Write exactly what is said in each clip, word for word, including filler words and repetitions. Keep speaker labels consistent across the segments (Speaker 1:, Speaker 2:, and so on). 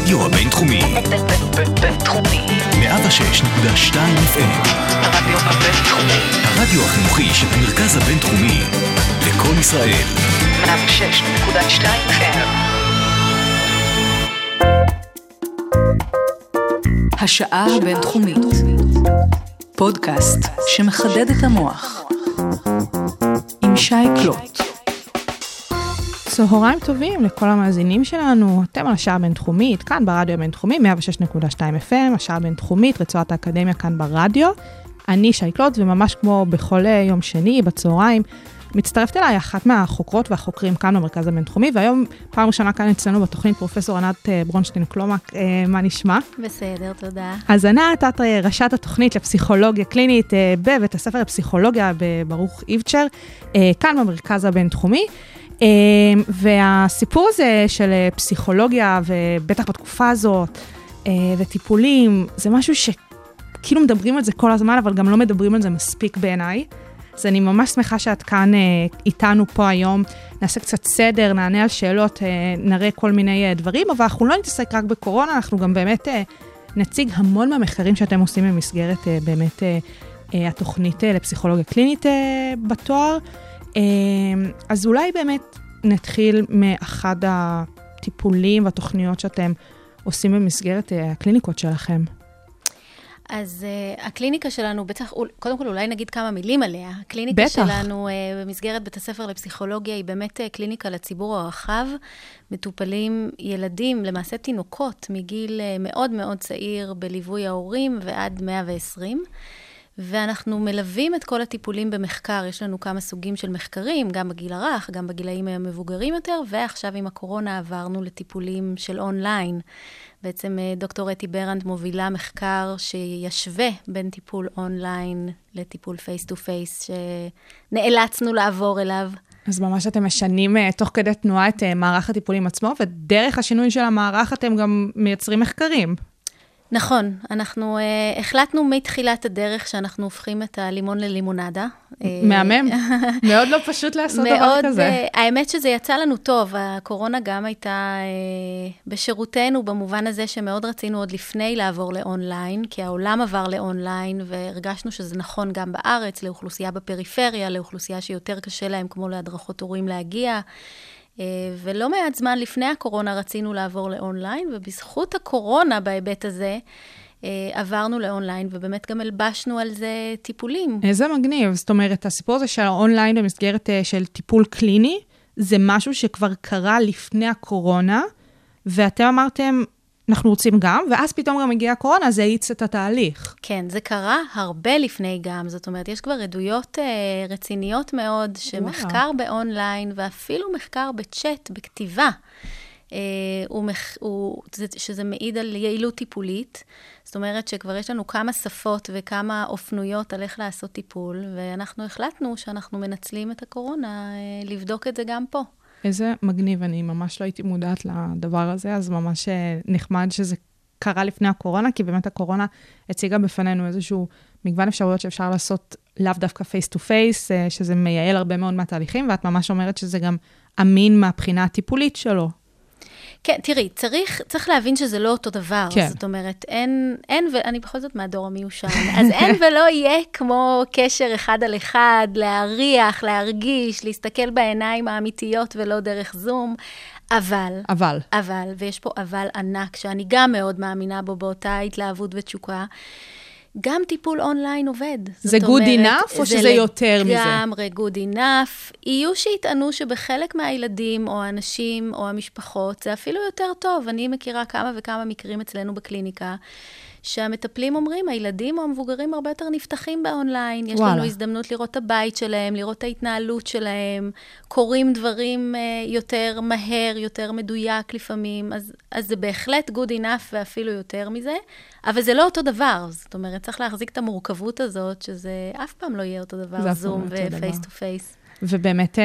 Speaker 1: הרדיו הבינתחומי.
Speaker 2: בינתחומי.
Speaker 1: מאה ושש נקודה שתיים אף אם.
Speaker 2: הרדיו הבינתחומי.
Speaker 1: הרדיו החינוכי של המרכז הבינתחומי. לקול ישראל.
Speaker 2: מאה ושש נקודה שתיים אף אם.
Speaker 3: השעה הבינתחומית. פודקאסט שמחדד את המוח. עם שי קלוט.
Speaker 4: צהריים טובים לכל המאזינים שלנו, אתם על השעה הבינתחומית, כאן ברדיו הבינתחומי, מאה ושש נקודה שתיים אף אם, השעה הבינתחומית, רצועת האקדמיה כאן ברדיו. אני שי קלוט, וממש כמו בכל יום שני, בצהריים, מצטרפת אליי אחת מהחוקרות והחוקרים כאן במרכז הבינתחומי, והיום פעם ראשונה כאן אצלנו בתוכנית פרופסור ענת ברונשטיין-קלומק, מה נשמע?
Speaker 5: בסדר, תודה.
Speaker 4: אז ענת, את ראשת התוכנית לפסיכולוגיה קלינית בבית הספר לפסיכולוגיה בברוך איבצ'ר, כאן במרכז הבינתחומי, והסיפור הזה של פסיכולוגיה, ובטח בתקופה הזאת, וטיפולים, זה משהו שכאילו מדברים על זה כל הזמן, אבל גם לא מדברים על זה מספיק בעיניי. אז אני ממש שמחה שאת כאן איתנו פה היום, נעשה קצת סדר, נענה על שאלות, נראה כל מיני דברים, אבל אנחנו לא נתעסק רק בקורונה, אנחנו גם באמת נציג המון מהמחקרים שאתם עושים במסגרת באמת התוכנית לפסיכולוגיה קלינית בתואר. אז אולי באמת נתחיל מאחד הטיפולים והתוכניות שאתם עושים במסגרת הקליניקות שלכם.
Speaker 5: אז uh, הקליניקה שלנו, בטח, קודם כל אולי נגיד כמה מילים עליה. הקליניקה בטח. שלנו uh, במסגרת בית הספר לפסיכולוגיה היא באמת uh, קליניקה לציבור הרחב. מטופלים ילדים, למעשה תינוקות, מגיל uh, מאוד מאוד צעיר בליווי ההורים ועד מאה ועשרים. ואנחנו מלווים את כל הטיפולים במחקר. יש לנו כמה סוגים של מחקרים, גם בגיל הרך, גם בגילאים המבוגרים יותר, ועכשיו עם הקורונה עברנו לטיפולים של אונליין. בעצם דוקטור אתי ברנד מובילה מחקר שישווה בין טיפול אונליין לטיפול פייס טו פייס, שנאלצנו לעבור אליו.
Speaker 4: אז ממש אתם משנים תוך כדי תנועה את מערך הטיפולים עצמו, ודרך השינוי של המערך אתם גם מייצרים מחקרים.
Speaker 5: נכון, אנחנו uh, החלטנו מתחילת הדרך שאנחנו הופכים את הלימון ללימונדה.
Speaker 4: מהמם, מאוד לא פשוט לעשות דבר כזה.
Speaker 5: Uh, האמת שזה יצא לנו טוב, הקורונה גם הייתה uh, בשירותנו, במובן הזה שמאוד רצינו עוד לפני לעבור לאונליין, כי העולם עבר לאונליין, והרגשנו שזה נכון גם בארץ, לאוכלוסייה בפריפריה, לאוכלוסייה שיותר קשה להם, כמו להדרכות הורים להגיע, ולא מעט זמן לפני הקורונה רצינו לעבור לאונליין, ובזכות הקורונה בהיבט הזה, עברנו לאונליין, ובאמת גם הלבשנו על זה טיפולים.
Speaker 4: איזה מגניב, זאת אומרת, הסיפור הזה של האונליין במסגרת של טיפול קליני, זה משהו שכבר קרה לפני הקורונה, ואתם אמרתם, אנחנו רוצים גם, ואז פתאום גם הגיעה הקורונה, זה האיץ את התהליך.
Speaker 5: כן, זה קרה הרבה לפני גם, זאת אומרת, יש כבר עדויות אה, רציניות מאוד, שמחקר וואו. באונליין, ואפילו מחקר בצ'אט, בכתיבה, אה, הוא מח, הוא, זה, שזה מעיד על יעילות טיפולית, זאת אומרת שכבר יש לנו כמה שפות וכמה אופנויות על איך לעשות טיפול, ואנחנו החלטנו שאנחנו מנצלים את הקורונה, אה, לבדוק את זה גם פה.
Speaker 4: איזה מגניב, אני ממש לא הייתי מודעת לדבר הזה, אז ממש נחמד שזה קרה לפני הקורונה, כי באמת הקורונה הציגה בפנינו איזשהו מגוון אפשרויות שאפשר לעשות לאו דווקא פייס טו פייס, שזה מייעל הרבה מאוד מהתהליכים, ואת ממש אומרת שזה גם אמין מהבחינה הטיפולית שלו.
Speaker 5: כן, תראי, צריך, צריך להבין שזה לא אותו דבר.
Speaker 4: כן.
Speaker 5: זאת אומרת, אין, אין, ואני בכל זאת מהדור המיושן, אז אין ולא יהיה כמו קשר אחד על אחד, להריח, להרגיש, להסתכל בעיניים האמיתיות ולא דרך זום, אבל,
Speaker 4: אבל,
Speaker 5: אבל, ויש פה אבל ענק, שאני גם מאוד מאמינה בו באותה התלהבות ותשוקה, גם טיפול אונליין עובד.
Speaker 4: זה good enough או שזה יותר מזה?
Speaker 5: זה לגמרי good enough. יהיו שיטענו שבחלק מהילדים או האנשים או המשפחות, זה אפילו יותר טוב. אני מכירה כמה וכמה מקרים אצלנו בקליניקה, שהמטפלים אומרים, הילדים או המבוגרים הרבה יותר נפתחים באונליין, יש לנו הזדמנות לראות את הבית שלהם, לראות את ההתנהלות שלהם, קוראים דברים יותר מהר, יותר מדויק לפעמים, אז, אז זה בהחלט good enough ואפילו יותר מזה, אבל זה לא אותו דבר, זאת אומרת, צריך להחזיק את המורכבות הזאת, שזה אף פעם לא יהיה אותו דבר, זום ופייס טו פייס.
Speaker 4: ובאמת,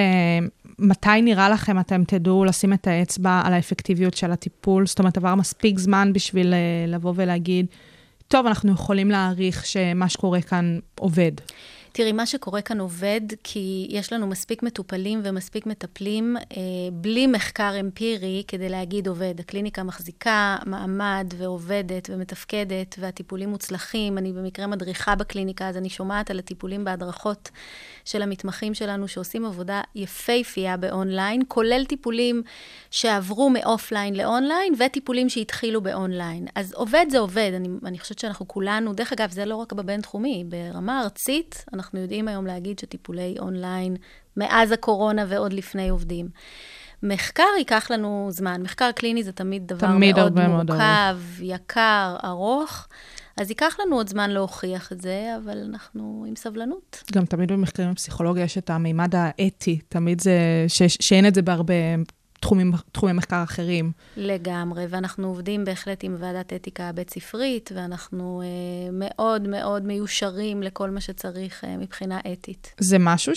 Speaker 4: מתי נראה לכם, אתם תדעו לשים את האצבע על האפקטיביות של הטיפול? זאת אומרת, עבר מספיק זמן בשביל לבוא ולהגיד, טוב, אנחנו יכולים להעריך שמה שקורה כאן עובד.
Speaker 5: תראי, מה שקורה כאן עובד, כי יש לנו מספיק מטופלים ומספיק מטפלים, אה, בלי מחקר אמפירי כדי להגיד עובד. הקליניקה מחזיקה מעמד ועובדת ומתפקדת, והטיפולים מוצלחים. אני במקרה מדריכה בקליניקה, אז אני שומעת על הטיפולים בהדרכות של המתמחים שלנו, שעושים עבודה יפהפייה באונליין, כולל טיפולים שעברו מאופליין לאונליין, וטיפולים שהתחילו באונליין. אז עובד זה עובד. אני, אני חושבת שאנחנו כולנו, דרך אגב, זה לא רק בבין-תחומי, ברמה ארצית, אנחנו יודעים היום להגיד שטיפולי אונליין, מאז הקורונה ועוד לפני עובדים. מחקר ייקח לנו זמן. מחקר קליני זה תמיד דבר תמיד מאוד מורכב, מאוד יקר, ארוך. אז ייקח לנו עוד זמן להוכיח את זה, אבל אנחנו עם סבלנות.
Speaker 4: גם תמיד במחקרים בפסיכולוגיה יש את המימד האתי, תמיד זה, ש, שאין את זה בהרבה תחומים, תחומי מחקר אחרים.
Speaker 5: לגמרי, ואנחנו עובדים בהחלט עם ועדת אתיקה הבית ספרית, ואנחנו אה, מאוד מאוד מיושרים לכל מה שצריך אה, מבחינה אתית.
Speaker 4: זה משהו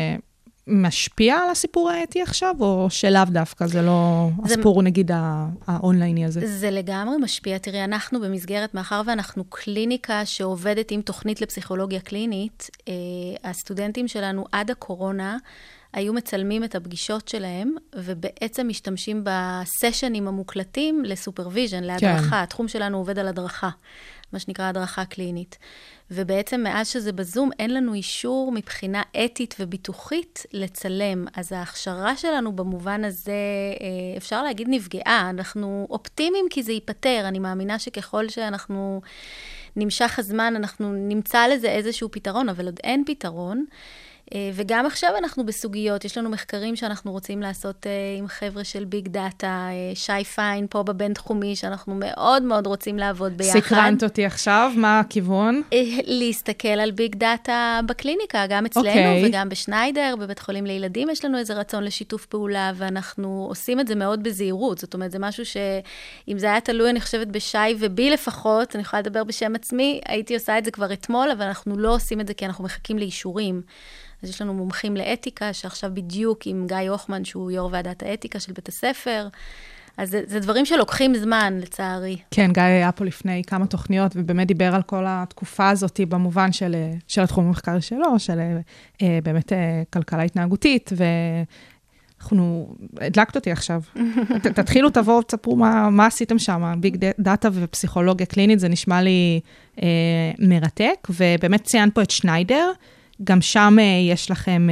Speaker 4: שמשפיע על הסיפור האתי עכשיו, או שלאו דווקא? זה לא זה, הסיפור, נגיד, האונלייני הזה?
Speaker 5: זה לגמרי משפיע. תראי, אנחנו במסגרת, מאחר ואנחנו קליניקה שעובדת עם תוכנית לפסיכולוגיה קלינית, אה, הסטודנטים שלנו עד הקורונה, היו מצלמים את הפגישות שלהם, ובעצם משתמשים בסשנים המוקלטים לסופרוויז'ן, להדרכה. כן. התחום שלנו עובד על הדרכה, מה שנקרא הדרכה קלינית. ובעצם מאז שזה בזום, אין לנו אישור מבחינה אתית וביטוחית לצלם. אז ההכשרה שלנו במובן הזה, אפשר להגיד נפגעה. אנחנו אופטימיים כי זה ייפטר. אני מאמינה שככל שאנחנו נמשך הזמן, אנחנו נמצא לזה איזשהו פתרון, אבל עוד אין פתרון. וגם עכשיו אנחנו בסוגיות, יש לנו מחקרים שאנחנו רוצים לעשות עם חבר'ה של ביג דאטה, שי פיין פה בבין תחומי, שאנחנו מאוד מאוד רוצים לעבוד ביחד.
Speaker 4: סקרנת אותי עכשיו, מה הכיוון?
Speaker 5: להסתכל על ביג דאטה בקליניקה, גם אצלנו okay. וגם בשניידר, בבית חולים לילדים, יש לנו איזה רצון לשיתוף פעולה, ואנחנו עושים את זה מאוד בזהירות. זאת אומרת, זה משהו שאם זה היה תלוי, אני חושבת בשי ובי לפחות, אני יכולה לדבר בשם עצמי, הייתי עושה את זה כבר אתמול, אבל אנחנו לא עושים את זה כי אנחנו מחכים לאישורים. אז יש לנו מומחים לאתיקה, שעכשיו בדיוק עם גיא אוחמן, שהוא יו"ר ועדת האתיקה של בית הספר. אז זה, זה דברים שלוקחים זמן, לצערי.
Speaker 4: כן, גיא היה פה לפני כמה תוכניות, ובאמת דיבר על כל התקופה הזאת, במובן של, של התחום המחקר שלו, של באמת כלכלה התנהגותית, ואנחנו, הדלקת אותי עכשיו. ת, תתחילו, תבואו, תספרו מה, מה עשיתם שם. ביג דאטה ופסיכולוגיה קלינית, זה נשמע לי אה, מרתק, ובאמת ציין פה את שניידר, גם שם יש לכם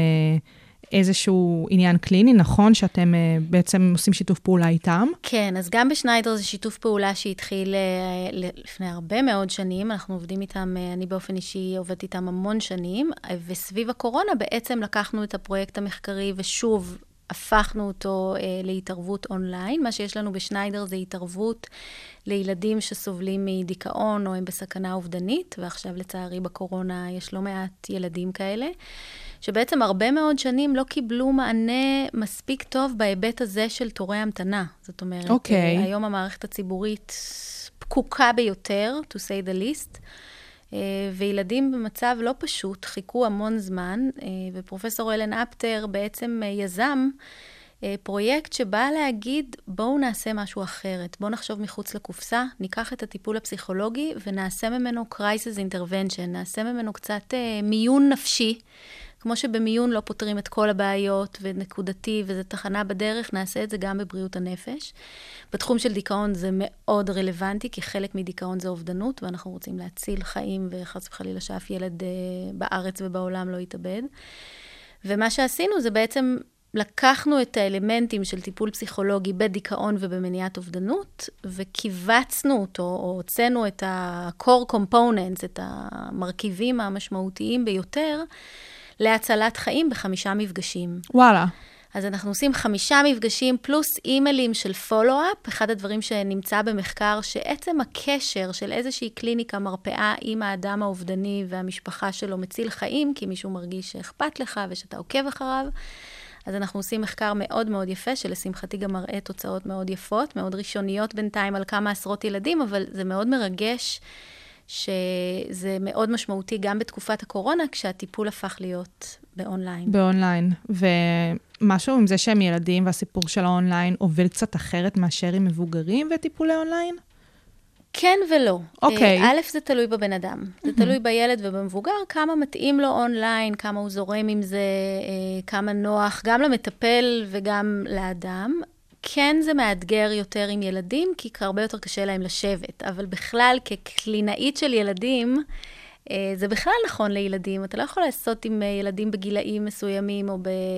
Speaker 4: איזשהו עניין קליני, נכון? שאתם בעצם עושים שיתוף פעולה איתם?
Speaker 5: כן, אז גם בשניידר זה שיתוף פעולה שהתחיל לפני הרבה מאוד שנים. אנחנו עובדים איתם, אני באופן אישי עובדת איתם המון שנים, וסביב הקורונה בעצם לקחנו את הפרויקט המחקרי, ושוב הפכנו אותו להתערבות אונליין. מה שיש לנו בשניידר זה התערבות לילדים שסובלים מדיכאון או הם בסכנה אובדנית, ועכשיו לצערי בקורונה יש לא מעט ילדים כאלה, שבעצם הרבה מאוד שנים לא קיבלו מענה מספיק טוב בהיבט הזה של תורי המתנה. זאת אומרת, okay. היום המערכת הציבורית פקוקה ביותר, to say the least, וילדים במצב לא פשוט, חיכו המון זמן, ופרופסור אלן אפטר בעצם יזם פרויקט שבא להגיד, בואו נעשה משהו אחרת, בואו נחשוב מחוץ לקופסה, ניקח את הטיפול הפסיכולוגי ונעשה ממנו crisis intervention, נעשה ממנו קצת מיון נפשי, כמו שבמיון לא פותרים את כל הבעיות ונקודתי וזה תחנה בדרך, נעשה את זה גם בבריאות הנפש. בתחום של דיכאון זה מאוד רלוונטי, כי חלק מדיכאון זה אובדנות, ואנחנו רוצים להציל חיים וחס וחלילה שאף ילד בארץ ובעולם לא יתאבד. ומה שעשינו זה בעצם לקחנו את האלמנטים של טיפול פסיכולוגי בדיכאון ובמניעת אובדנות, וקיבצנו אותו, או הוצאנו את ה-core components, את המרכיבים המשמעותיים ביותר, להצלת חיים בחמישה מפגשים.
Speaker 4: וואלה.
Speaker 5: אז אנחנו עושים חמישה מפגשים פלוס אימיילים של פולו-אפ, אחד הדברים שנמצא במחקר, שעצם הקשר של איזושהי קליניקה מרפאה עם האדם האובדני והמשפחה שלו מציל חיים, כי מישהו מרגיש שאכפת לך ושאתה עוקב אחריו, אז אנחנו עושים מחקר מאוד מאוד יפה, שלשמחתי גם מראה תוצאות מאוד יפות, מאוד ראשוניות בינתיים על כמה עשרות ילדים, אבל זה מאוד מרגש, שזה מאוד משמעותי גם בתקופת הקורונה, כשהטיפול הפך להיות באונליין.
Speaker 4: באונליין. ומשהו עם זה שהם ילדים, והסיפור של האונליין עובד קצת אחרת מאשר עם מבוגרים וטיפולי אונליין?
Speaker 5: כן ולא.
Speaker 4: אוקיי.
Speaker 5: א', זה תלוי בבן אדם. זה תלוי בילד ובמבוגר, כמה מתאים לו אונליין, כמה הוא זורם עם זה, כמה נוח, גם למטפל וגם לאדם. כן זה מאתגר יותר עם ילדים, כי הרבה יותר קשה להם לשבת. אבל בכלל, כקלינאית של ילדים, זה בכלל נכון לילדים. אתה לא יכול לעשות עם ילדים בגילאים מסוימים, או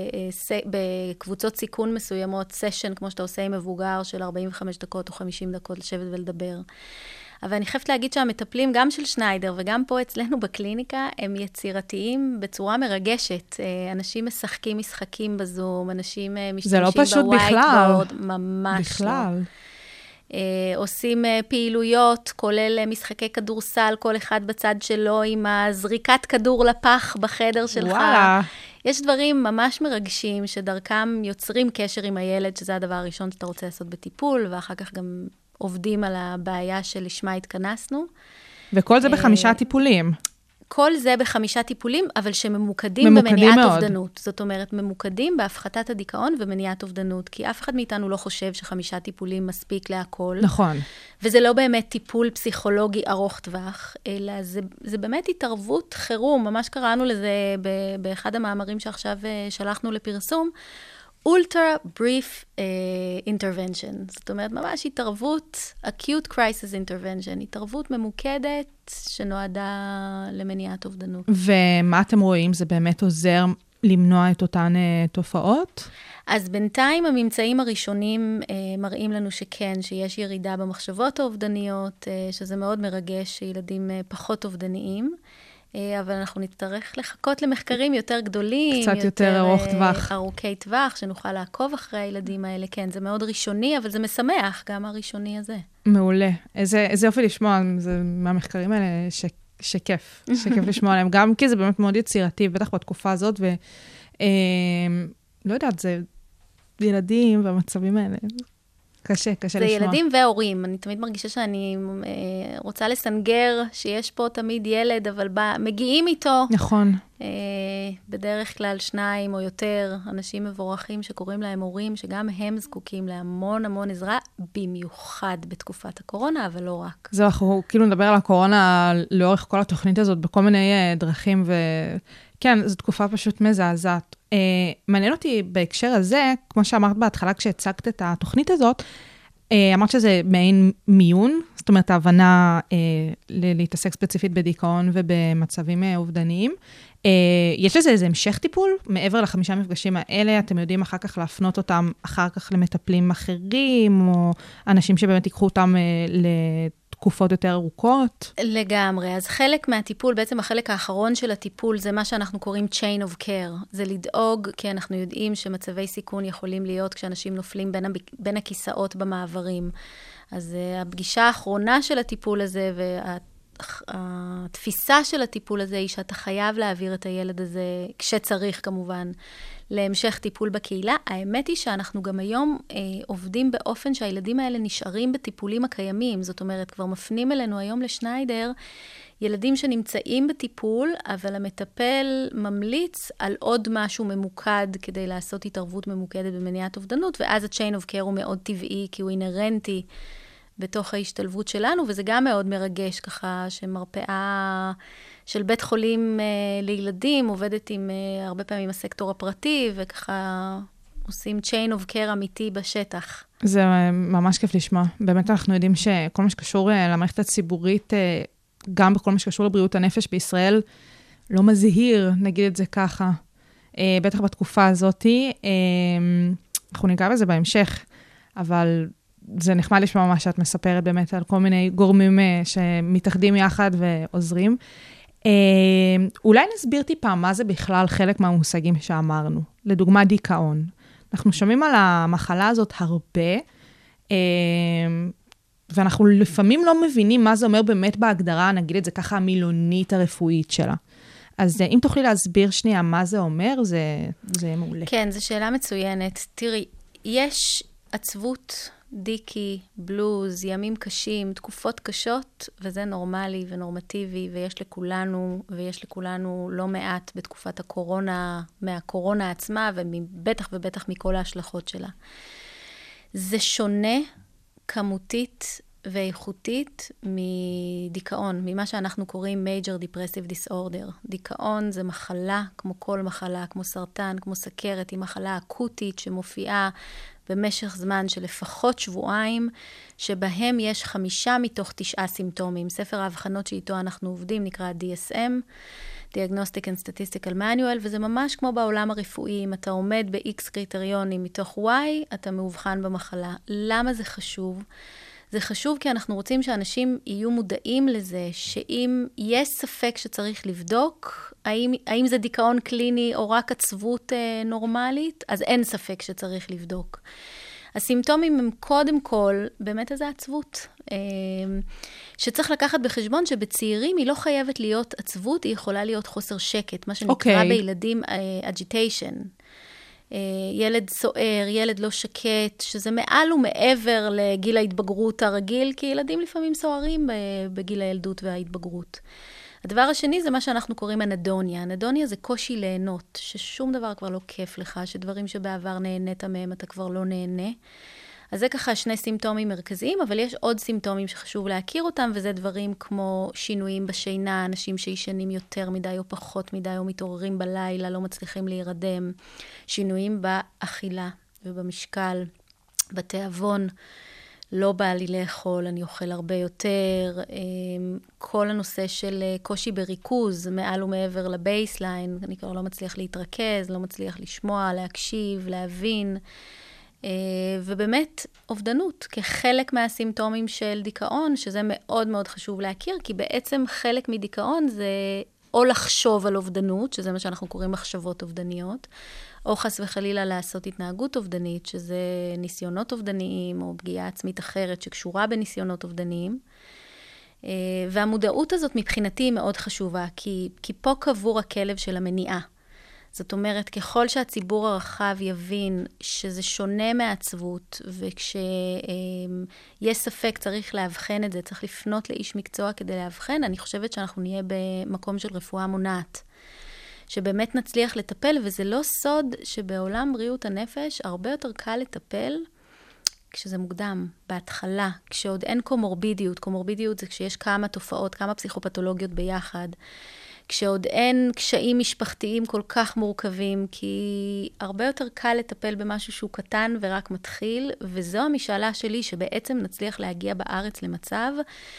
Speaker 5: בקבוצות סיכון מסוימות, סשן, כמו שאתה עושה עם מבוגר, של ארבעים וחמש דקות או חמישים דקות לשבת ולדבר. אבל אני חייבת להגיד שהמטפלים, גם של שניידר וגם פה אצלנו בקליניקה, הם יצירתיים בצורה מרגשת. אנשים משחקים משחקים בזום, אנשים משתמשים בווייט בורד. זה לא פשוט בכלל. ממש בכלל. לא. עושים פעילויות, כולל משחקי כדורסל, כל אחד בצד שלו, עם הזריקת כדור לפח בחדר שלך. וואלה. יש דברים ממש מרגשים, שדרכם יוצרים קשר עם הילד, שזה הדבר הראשון שאתה רוצה לעשות בטיפול, ואחר כך גם עובדים על הבעיה שלשמה התכנסנו. וכל זה בחמישה טיפולים. כל זה בחמישה טיפולים, אבל שממוקדים במניעת אובדנות. זאת אומרת, ממוקדים בהפחתת הדיכאון ומניעת אובדנות, כי אף אחד מאיתנו לא חושב שחמישה טיפולים מספיק להכל. נכון. וזה לא באמת טיפול פסיכולוגי ארוך טווח, אלא זה, זה באמת התערבות חירום. ממש קראנו לזה באחד המאמרים שעכשיו שלחנו לפרסום, Ultra Brief uh, Intervention. זאת אומרת, ממש התערבות, Acute Crisis Intervention, התערבות ממוקדת שנועדה למניעת אובדנות. ומה אתם רואים? זה באמת עוזר למנוע את אותן uh, תופעות? אז בינתיים הממצאים הראשונים uh, מראים לנו שכן, שיש ירידה במחשבות האובדניות, uh, שזה מאוד מרגש שילדים uh, פחות אובדניים. אבל אנחנו נצטרך לחכות למחקרים יותר גדולים, קצת יותר, יותר ארוך טווח. ארוכי טווח, שנוכל לעקוב אחרי הילדים האלה. כן, זה מאוד ראשוני, אבל זה משמח, גם הראשוני הזה. מעולה. איזה, איזה יופי לשמוע, זה מהמחקרים האלה ש, שכיף, שכיף לשמוע עליהם. גם כי זה באמת מאוד יצירתי, בטח בתקופה הזאת, ו... אה, לא יודעת, זה ילדים והמצבים האלה. קשה, קשה לשמוע. זה ילדים והורים. אני תמיד מרגישה שאני אה, רוצה לסנגר שיש פה תמיד ילד, אבל בא, מגיעים איתו. נכון. אה, בדרך כלל שניים או יותר אנשים מבורכים שקוראים להם הורים, שגם הם זקוקים להמון המון עזרה, במיוחד בתקופת הקורונה, אבל לא רק. זהו, אנחנו כאילו נדבר על הקורונה לאורך כל התוכנית הזאת, בכל מיני דרכים, וכן, זו תקופה פשוט מזעזעת. Uh, מעניין אותי בהקשר הזה, כמו שאמרת בהתחלה כשהצגת את התוכנית הזאת, uh, אמרת שזה מעין מיון, זאת אומרת ההבנה uh, להתעסק ספציפית בדיכאון ובמצבים uh, אובדניים. Uh, יש לזה איזה המשך טיפול? מעבר לחמישה מפגשים האלה, אתם יודעים אחר כך להפנות אותם אחר כך למטפלים אחרים, או אנשים שבאמת ייקחו אותם uh, לתקופות יותר ארוכות? לגמרי. אז חלק מהטיפול, בעצם החלק האחרון של הטיפול, זה מה שאנחנו קוראים chain of care. זה לדאוג, כי אנחנו יודעים שמצבי סיכון יכולים להיות כשאנשים נופלים בין, בין הכיסאות במעברים. אז uh, הפגישה האחרונה של הטיפול הזה, וה... התפיסה של הטיפול הזה היא שאתה חייב להעביר את הילד הזה, כשצריך כמובן, להמשך טיפול בקהילה. האמת היא שאנחנו גם היום אה, עובדים באופן שהילדים האלה נשארים בטיפולים הקיימים. זאת אומרת, כבר מפנים אלינו היום לשניידר, ילדים שנמצאים בטיפול, אבל המטפל ממליץ על עוד משהו ממוקד כדי לעשות התערבות ממוקדת במניעת אובדנות, ואז ה-chain of care הוא מאוד טבעי, כי הוא אינרנטי בתוך ההשתלבות שלנו, וזה גם מאוד מרגש ככה, שמרפאה של בית חולים אה, לילדים, עובדת עם אה, הרבה פעמים הסקטור הפרטי, וככה עושים chain of care אמיתי בשטח. זה ממש כיף לשמוע. באמת אנחנו יודעים שכל מה שקשור אה, למערכת הציבורית, אה, גם בכל מה שקשור לבריאות הנפש בישראל, לא מזהיר, נגיד את זה ככה. אה, בטח בתקופה הזאת, אה, אנחנו ניגע בזה בהמשך, אבל זה נחמד לשמוע מה שאת מספרת באמת על כל מיני גורמים שמתאחדים יחד ועוזרים. אולי נסביר טיפה מה זה בכלל חלק מהמושגים שאמרנו. לדוגמה דיכאון. אנחנו שומעים על המחלה הזאת הרבה, ואנחנו לפעמים לא מבינים מה זה אומר באמת בהגדרה, נגיד את זה ככה המילונית הרפואית שלה. אז אם תוכלי להסביר שנייה מה זה אומר, זה, זה מעולה. כן, זו שאלה מצוינת. תראי, יש עצבות, דיקי, בלוז, ימים קשים, תקופות קשות, וזה נורמלי ונורמטיבי, ויש לכולנו, ויש לכולנו לא מעט בתקופת הקורונה, מהקורונה עצמה, ובטח ובטח מכל ההשלכות שלה. זה שונה כמותית ואיכותית מדיכאון, ממה שאנחנו קוראים major depressive disorder. דיכאון זה מחלה, כמו כל מחלה, כמו סרטן, כמו סכרת, היא מחלה אקוטית שמופיעה במשך זמן של לפחות שבועיים, שבהם יש חמישה מתוך תשעה סימפטומים. ספר ההבחנות שאיתו אנחנו עובדים נקרא די אס אם, Diagnostic and Statistical Manual, וזה ממש כמו בעולם הרפואי, אם אתה עומד ב-X קריטריונים מתוך Y, אתה מאובחן במחלה. למה זה חשוב? זה חשוב כי אנחנו רוצים שאנשים יהיו מודעים לזה, שאם יש ספק שצריך לבדוק, האם, האם זה דיכאון קליני או רק עצבות אה, נורמלית, אז אין ספק שצריך לבדוק. הסימפטומים הם קודם כל, באמת איזו עצבות, אה, שצריך לקחת בחשבון שבצעירים היא לא חייבת להיות עצבות, היא יכולה להיות חוסר שקט, מה שנקרא okay. בילדים אג'יטיישן. אה, ילד סוער, ילד לא שקט, שזה מעל ומעבר לגיל ההתבגרות הרגיל, כי ילדים לפעמים סוערים בגיל הילדות וההתבגרות. הדבר השני זה מה שאנחנו קוראים אנדוניה. אנדוניה זה קושי ליהנות, ששום דבר כבר לא כיף לך, שדברים שבעבר נהנית מהם אתה כבר לא נהנה. אז זה ככה שני סימפטומים מרכזיים, אבל יש עוד סימפטומים שחשוב להכיר אותם, וזה דברים כמו שינויים בשינה, אנשים שישנים יותר מדי או פחות מדי, או מתעוררים בלילה, לא מצליחים להירדם, שינויים באכילה ובמשקל, בתיאבון, לא בא לי לאכול, אני אוכל הרבה יותר, כל הנושא של קושי בריכוז, מעל ומעבר לבייסליין, אני כבר לא מצליח להתרכז, לא מצליח לשמוע, להקשיב, להבין, ובאמת אובדנות כחלק מהסימפטומים של דיכאון, שזה מאוד מאוד חשוב להכיר, כי בעצם חלק מדיכאון זה או לחשוב על אובדנות, שזה מה שאנחנו קוראים מחשבות אובדניות, או חס וחלילה לעשות התנהגות אובדנית, שזה ניסיונות אובדניים, או פגיעה עצמית אחרת שקשורה בניסיונות אובדניים. והמודעות הזאת מבחינתי היא מאוד חשובה, כי, כי פה קבור הכלב של המניעה. זאת אומרת, ככל שהציבור הרחב יבין שזה שונה מעצבות, וכשיש ספק צריך להבחן את זה, צריך לפנות לאיש מקצוע כדי להבחן, אני חושבת שאנחנו נהיה במקום של רפואה מונעת. שבאמת נצליח לטפל, וזה לא סוד שבעולם בריאות הנפש הרבה יותר קל לטפל כשזה מוקדם, בהתחלה, כשעוד אין קומורבידיות. קומורבידיות זה כשיש כמה תופעות, כמה פסיכופתולוגיות ביחד. כשעוד אין קשיים משפחתיים כל כך מורכבים, כי הרבה יותר קל לטפל במשהו שהוא קטן ורק מתחיל, וזו המשאלה שלי שבעצם נצליח להגיע בארץ למצב,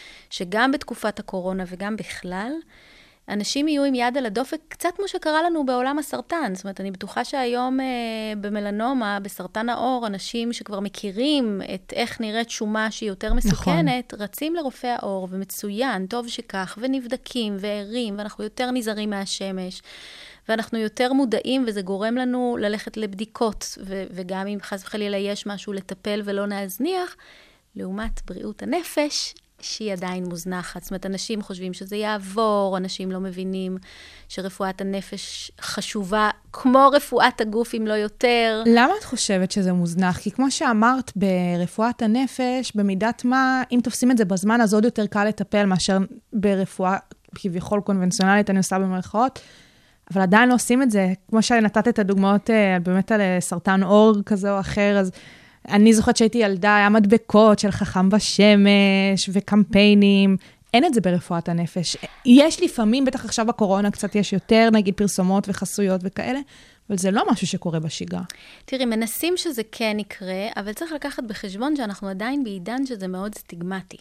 Speaker 5: שגם בתקופת הקורונה וגם בכלל, אנשים יהיו עם יד על הדופק, קצת כמו שקרה לנו בעולם הסרטן. זאת אומרת, אני בטוחה שהיום אה, במלנומה, בסרטן העור, אנשים שכבר מכירים את איך נראית שומה שהיא יותר מסוכנת, נכון. רצים לרופא העור, ומצוין, טוב שכך, ונבדקים, וערים, ואנחנו יותר נזהרים מהשמש, ואנחנו יותר מודעים, וזה גורם לנו ללכת לבדיקות, ו- וגם אם חס וחלילה יש משהו לטפל ולא נזניח, לעומת בריאות הנפש, שהיא עדיין מוזנחת. זאת אומרת, אנשים חושבים שזה יעבור, אנשים לא מבינים שרפואת הנפש חשובה כמו רפואת הגוף, אם לא יותר.
Speaker 4: למה את חושבת שזה מוזנח? כי כמו שאמרת, ברפואת הנפש, במידת מה, אם תופסים את זה בזמן, אז עוד יותר קל לטפל מאשר ברפואה כביכול קונבנציונלית, אני עושה במרכאות, אבל עדיין לא עושים את זה. כמו שנתת את הדוגמאות באמת על סרטן עור כזה או אחר, אז אני זוכרת שהייתי ילדה, היה מדבקות של חכם בשמש וקמפיינים, אין את זה ברפואת הנפש. יש לפעמים, בטח עכשיו בקורונה קצת יש יותר, נגיד פרסומות וחסויות וכאלה, אבל זה לא משהו שקורה בשגרה.
Speaker 5: תראי, מנסים שזה כן יקרה, אבל צריך לקחת בחשבון שאנחנו עדיין בעידן שזה מאוד סטיגמטי.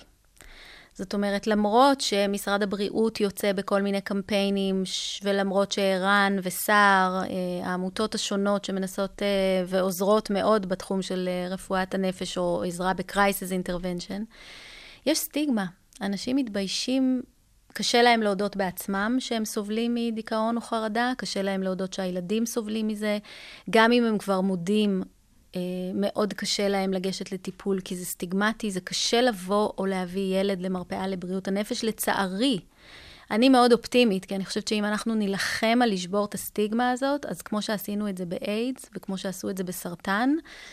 Speaker 5: זאת אומרת, למרות שמשרד הבריאות יוצא בכל מיני קמפיינים, ולמרות שערן וסער, העמותות השונות שמנסות ועוזרות מאוד בתחום של רפואת הנפש, או עזרה בקרייסיס אינטרוונשן, יש סטיגמה. אנשים מתביישים, קשה להם להודות בעצמם שהם סובלים מדיכאון או חרדה, קשה להם להודות שהילדים סובלים מזה, גם אם הם כבר מודים, מאוד קשה להם לגשת לטיפול, כי זה סטיגמטי, זה קשה לבוא או להביא ילד למרפאה לבריאות הנפש. לצערי, אני מאוד אופטימית, כי אני חושבת שאם אנחנו נלחם על לשבור את הסטיגמה הזאת, אז כמו שעשינו את זה באיידס, וכמו שעשו את זה בסרטן,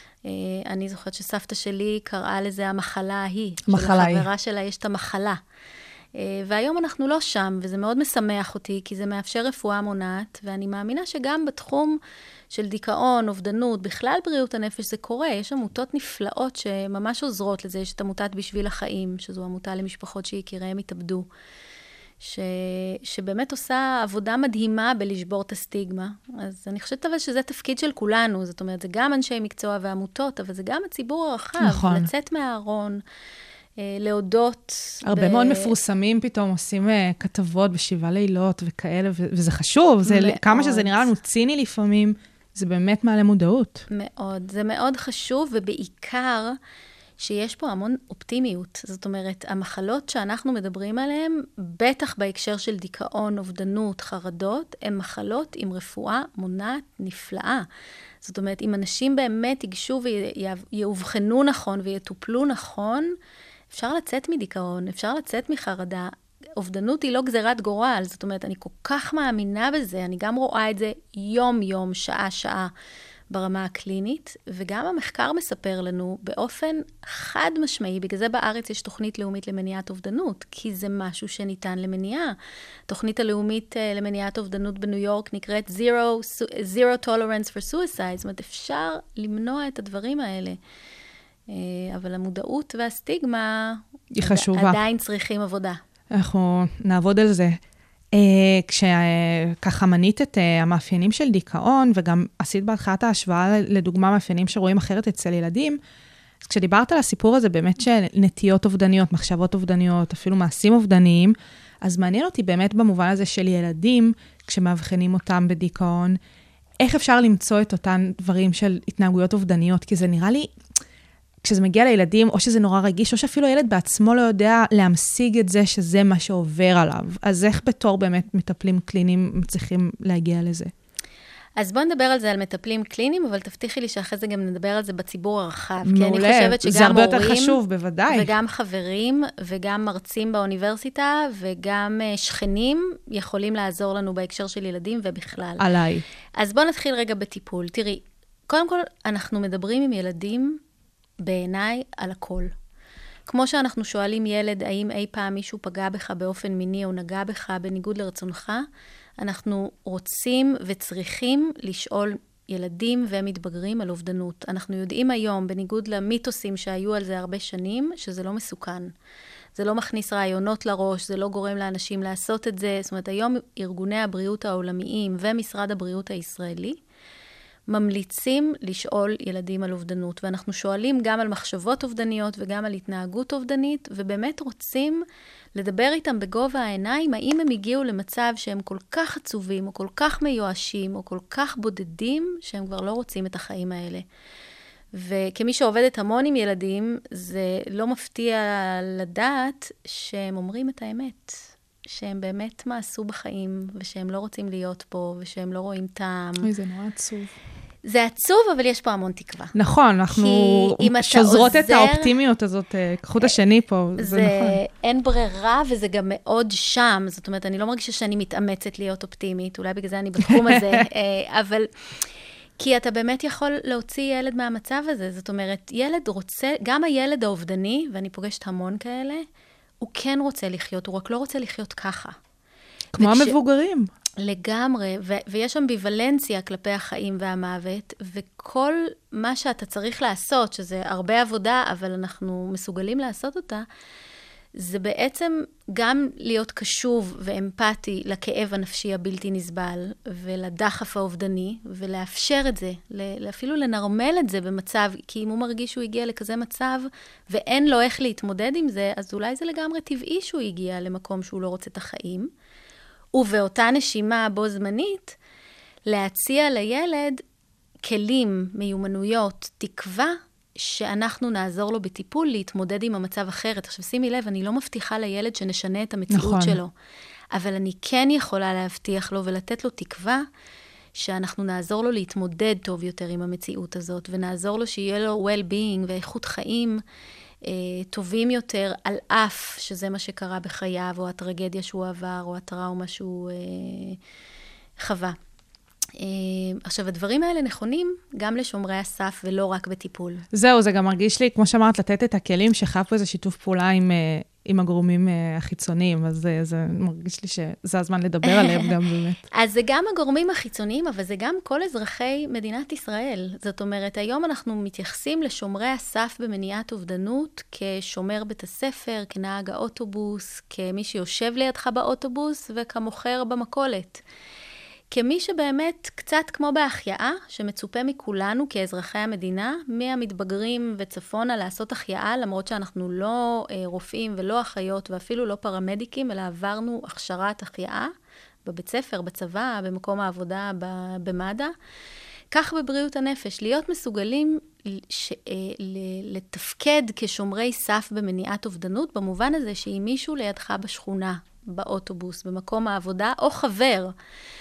Speaker 5: אני זוכרת שסבתא שלי קראה לזה המחלה ההיא.
Speaker 4: המחלה ההיא.
Speaker 5: שלחברה שלה יש את המחלה. והיום אנחנו לא שם, וזה מאוד משמח אותי, כי זה מאפשר רפואה מונעת, ואני מאמינה שגם בתחום של דיכאון, אובדנות, בכלל בריאות הנפש זה קורה. יש עמותות נפלאות שממש עוזרות לזה. יש את עמותת בשביל החיים, שזו עמותה למשפחות שיקיריהם התאבדו, ש... שבאמת עושה עבודה מדהימה בלשבור את הסטיגמה. אז אני חושבת אבל שזה תפקיד של כולנו. זאת אומרת, זה גם אנשי מקצוע ועמותות, אבל זה גם הציבור הרחב.
Speaker 4: נכון.
Speaker 5: לצאת מהארון, להודות.
Speaker 4: הרבה ב... מאוד מפורסמים פתאום, עושים כתבות בשבעה לילות וכאלה, ו... וזה חשוב. זה... כמה שזה נראה לנו ציני לפעמים, זה באמת מעלה מודעות.
Speaker 5: מאוד. זה מאוד חשוב, ובעיקר שיש פה המון אופטימיות. זאת אומרת, המחלות שאנחנו מדברים עליהן, בטח בהקשר של דיכאון, אובדנות, חרדות, הן מחלות עם רפואה מונעת נפלאה. זאת אומרת, אם אנשים באמת ייגשו ויאובחנו נכון ויטופלו נכון, אפשר לצאת מדיכאון, אפשר לצאת מחרדה. אובדנות היא לא גזירת גורל, זאת אומרת, אני כל כך מאמינה בזה, אני גם רואה את זה יום-יום, שעה-שעה ברמה הקלינית, וגם המחקר מספר לנו באופן חד משמעי, בגלל זה בארץ יש תוכנית לאומית למניעת אובדנות, כי זה משהו שניתן למניעה. תוכנית הלאומית למניעת אובדנות בניו יורק נקראת Zero, Zero Tolerance for Suicide, זאת אומרת, אפשר למנוע את הדברים האלה. אבל המודעות והסטיגמה
Speaker 4: היא חשובה.
Speaker 5: עדיין צריכים עבודה.
Speaker 4: אנחנו נעבוד על זה. כשככה מנית את המאפיינים של דיכאון, וגם עשית בהתחלת ההשוואה לדוגמה מאפיינים שרואים אחרת אצל ילדים, אז כשדיברת על הסיפור הזה באמת של נטיות אובדניות, מחשבות אובדניות, אפילו מעשים אובדניים, אז מעניין אותי באמת במובן הזה של ילדים, כשמאבחנים אותם בדיכאון, איך אפשר למצוא את אותן דברים של התנהגויות אובדניות, כי זה נראה לי... כשזה מגיע לילדים, או שזה נורא רגיש, או שאפילו הילד בעצמו לא יודע להמשיג את זה שזה מה שעובר עליו. אז איך בתור באמת מטפלים קליניים מצליחים להגיע לזה?
Speaker 5: אז בואו נדבר על זה, על מטפלים קליניים, אבל תבטיחי לי שאחרי זה גם נדבר על זה בציבור הרחב.
Speaker 4: מעולה,
Speaker 5: כי אני חושבת שגם
Speaker 4: זה הרבה
Speaker 5: מורים,
Speaker 4: יותר חשוב, בוודאי.
Speaker 5: וגם חברים, וגם מרצים באוניברסיטה, וגם שכנים יכולים לעזור לנו בהקשר של ילדים ובכלל.
Speaker 4: עליי.
Speaker 5: אז בואו נתחיל רגע בטיפול. תראי, קודם כל, אנחנו מדברים עם ילדים בעיניי על הכל. כמו שאנחנו שואלים ילד, האם אי פעם מישהו פגע בך באופן מיני או נגע בך בניגוד לרצונך, אנחנו רוצים וצריכים לשאול ילדים ומתבגרים על אובדנות. אנחנו יודעים היום, בניגוד למיתוסים שהיו על זה הרבה שנים, שזה לא מסוכן. זה לא מכניס רעיונות לראש, זה לא גורם לאנשים לעשות את זה. זאת אומרת, היום ארגוני הבריאות העולמיים ומשרד הבריאות הישראלי, ממליצים לשאול ילדים על אובדנות, ואנחנו שואלים גם על מחשבות אובדניות וגם על התנהגות אובדנית, ובאמת רוצים לדבר איתם בגובה העיניים, האם הם הגיעו למצב שהם כל כך עצובים, או כל כך מיואשים, או כל כך בודדים, שהם כבר לא רוצים את החיים האלה. וכמי שעובדת המון עם ילדים, זה לא מפתיע לדעת שהם אומרים את האמת. שהם באמת מעשו בחיים, ושהם לא רוצים להיות פה, ושהם לא רואים טעם.
Speaker 4: אוי, זה נורא עצוב.
Speaker 5: זה עצוב, אבל יש פה המון תקווה.
Speaker 4: נכון, אנחנו שוזרות את האופטימיות הזאת, כחוט השני פה, זה, זה נכון.
Speaker 5: אין ברירה, וזה גם מאוד שם. זאת אומרת, אני לא מרגישה שאני מתאמצת להיות אופטימית, אולי בגלל זה אני בתחום הזה, אבל... כי אתה באמת יכול להוציא ילד מהמצב הזה. זאת אומרת, ילד רוצה, גם הילד האובדני, ואני פוגשת המון כאלה, הוא כן רוצה לחיות, הוא רק לא רוצה לחיות ככה.
Speaker 4: כמו וכש... המבוגרים.
Speaker 5: לגמרי, ו- ויש אמביוולנציה כלפי החיים והמוות, וכל מה שאתה צריך לעשות, שזה הרבה עבודה, אבל אנחנו מסוגלים לעשות אותה, זה בעצם גם להיות קשוב ואמפתי לכאב הנפשי הבלתי נסבל, ולדחף האובדני, ולאפשר את זה, אפילו לנרמל את זה במצב, כי אם הוא מרגיש שהוא הגיע לכזה מצב, ואין לו איך להתמודד עם זה, אז אולי זה לגמרי טבעי שהוא הגיע למקום שהוא לא רוצה את החיים, ובאותה נשימה בו זמנית, להציע לילד כלים, מיומנויות, תקווה, שאנחנו נעזור לו בטיפול להתמודד עם המצב אחרת. עכשיו, שימי לב, אני לא מבטיחה לילד שנשנה את המציאות נכון. שלו, אבל אני כן יכולה להבטיח לו ולתת לו תקווה שאנחנו נעזור לו להתמודד טוב יותר עם המציאות הזאת, ונעזור לו שיהיה לו well-being ואיכות חיים אה, טובים יותר, על אף שזה מה שקרה בחייו, או הטרגדיה שהוא עבר, או הטראומה שהוא אה, חווה. עכשיו, הדברים האלה נכונים גם לשומרי הסף ולא רק בטיפול.
Speaker 4: זהו, זה גם מרגיש לי, כמו שאמרת, לתת את הכלים שחייב פה איזה שיתוף פעולה עם, עם הגורמים החיצוניים, אז זה, זה מרגיש לי שזה הזמן לדבר עליהם גם באמת.
Speaker 5: אז זה גם הגורמים החיצוניים, אבל זה גם כל אזרחי מדינת ישראל. זאת אומרת, היום אנחנו מתייחסים לשומרי הסף במניעת אובדנות, כשומר בית הספר, כנהג האוטובוס, כמי שיושב לידך באוטובוס, וכמוכר במכולת. כמי שבאמת קצת כמו בהחייאה, שמצופה מכולנו כאזרחי המדינה, מהמתבגרים וצפונה לעשות החייאה, למרות שאנחנו לא אה, רופאים ולא אחיות ואפילו לא פרמדיקים, אלא עברנו הכשרת החייאה בבית ספר, בצבא, במקום העבודה, במד"א. כך בבריאות הנפש, להיות מסוגלים ש, אה, לתפקד כשומרי סף במניעת אובדנות, במובן הזה שאם מישהו לידך בשכונה, באוטובוס, במקום העבודה, או חבר,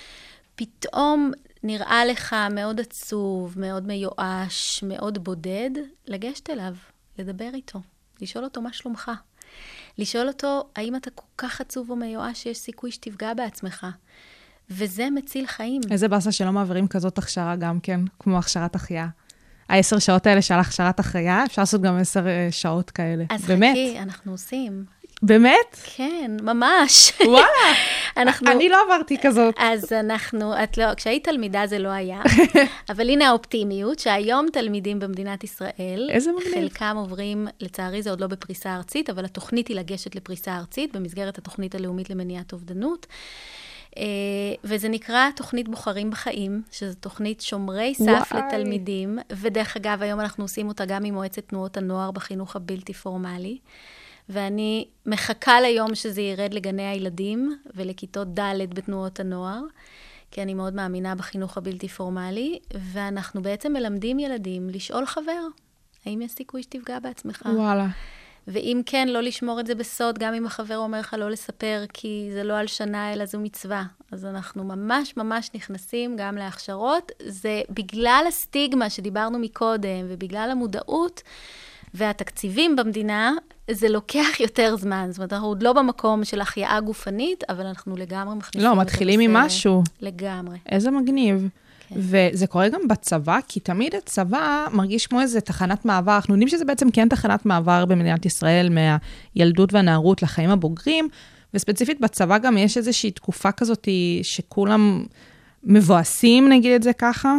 Speaker 5: פתאום נראה לך מאוד עצוב, מאוד מיואש, מאוד בודד, לגשת אליו, לדבר איתו, לשאול אותו מה שלומך. לשאול אותו, האם אתה כל כך עצוב או מיואש שיש סיכוי שתפגע בעצמך. וזה מציל חיים. איזה
Speaker 4: באסה שלא מעבירים כזאת הכשרה גם כן, כמו הכשרת החייאה. העשר שעות האלה של הכשרת החייאה, אפשר לעשות גם עשר שעות כאלה.
Speaker 5: אז
Speaker 4: באמת.
Speaker 5: חכי, אנחנו עושים.
Speaker 4: באמת?
Speaker 5: כן, ממש.
Speaker 4: וואלה,
Speaker 5: אנחנו,
Speaker 4: אני לא עברתי כזאת.
Speaker 5: אז אנחנו, את לא, כשהיית תלמידה זה לא היה, אבל הנה האופטימיות, שהיום תלמידים במדינת ישראל,
Speaker 4: איזה מגניב.
Speaker 5: חלקם עוברים, לצערי זה עוד לא בפריסה ארצית, אבל התוכנית היא לגשת לפריסה ארצית, במסגרת התוכנית הלאומית למניעת אובדנות, וזה נקרא תוכנית בוחרים בחיים, שזו תוכנית שומרי סף וואי. לתלמידים, ודרך אגב, היום אנחנו עושים אותה גם עם מועצת תנועות הנוער בחינוך הבלתי פורמלי, ואני מחכה ליום שזה ירד לגני הילדים ולכיתות ד' בתנועות הנוער, כי אני מאוד מאמינה בחינוך הבלתי פורמלי, ואנחנו בעצם מלמדים ילדים לשאול חבר, האם יש סיכוי שתפגע בעצמך?
Speaker 4: וואלה.
Speaker 5: ואם כן, לא לשמור את זה בסוד, גם אם החבר אומר לך לא לספר, כי זה לא על שנה, אלא זו מצווה. אז אנחנו ממש ממש נכנסים גם להכשרות. זה בגלל הסטיגמה שדיברנו מקודם, ובגלל המודעות, והתקציבים במדינה, זה לוקח יותר זמן. זאת אומרת, אנחנו עוד לא במקום של החייאה גופנית, אבל אנחנו לגמרי מכניסים...
Speaker 4: לא, מתחילים עם משהו.
Speaker 5: לגמרי.
Speaker 4: איזה מגניב. כן. וזה קורה גם בצבא, כי תמיד הצבא מרגיש כמו איזה תחנת מעבר. אנחנו יודעים שזה בעצם כן תחנת מעבר במדינת ישראל, מהילדות והנערות לחיים הבוגרים, וספציפית בצבא גם יש איזושהי תקופה כזאת שכולם מבואסים, נגיד את זה ככה.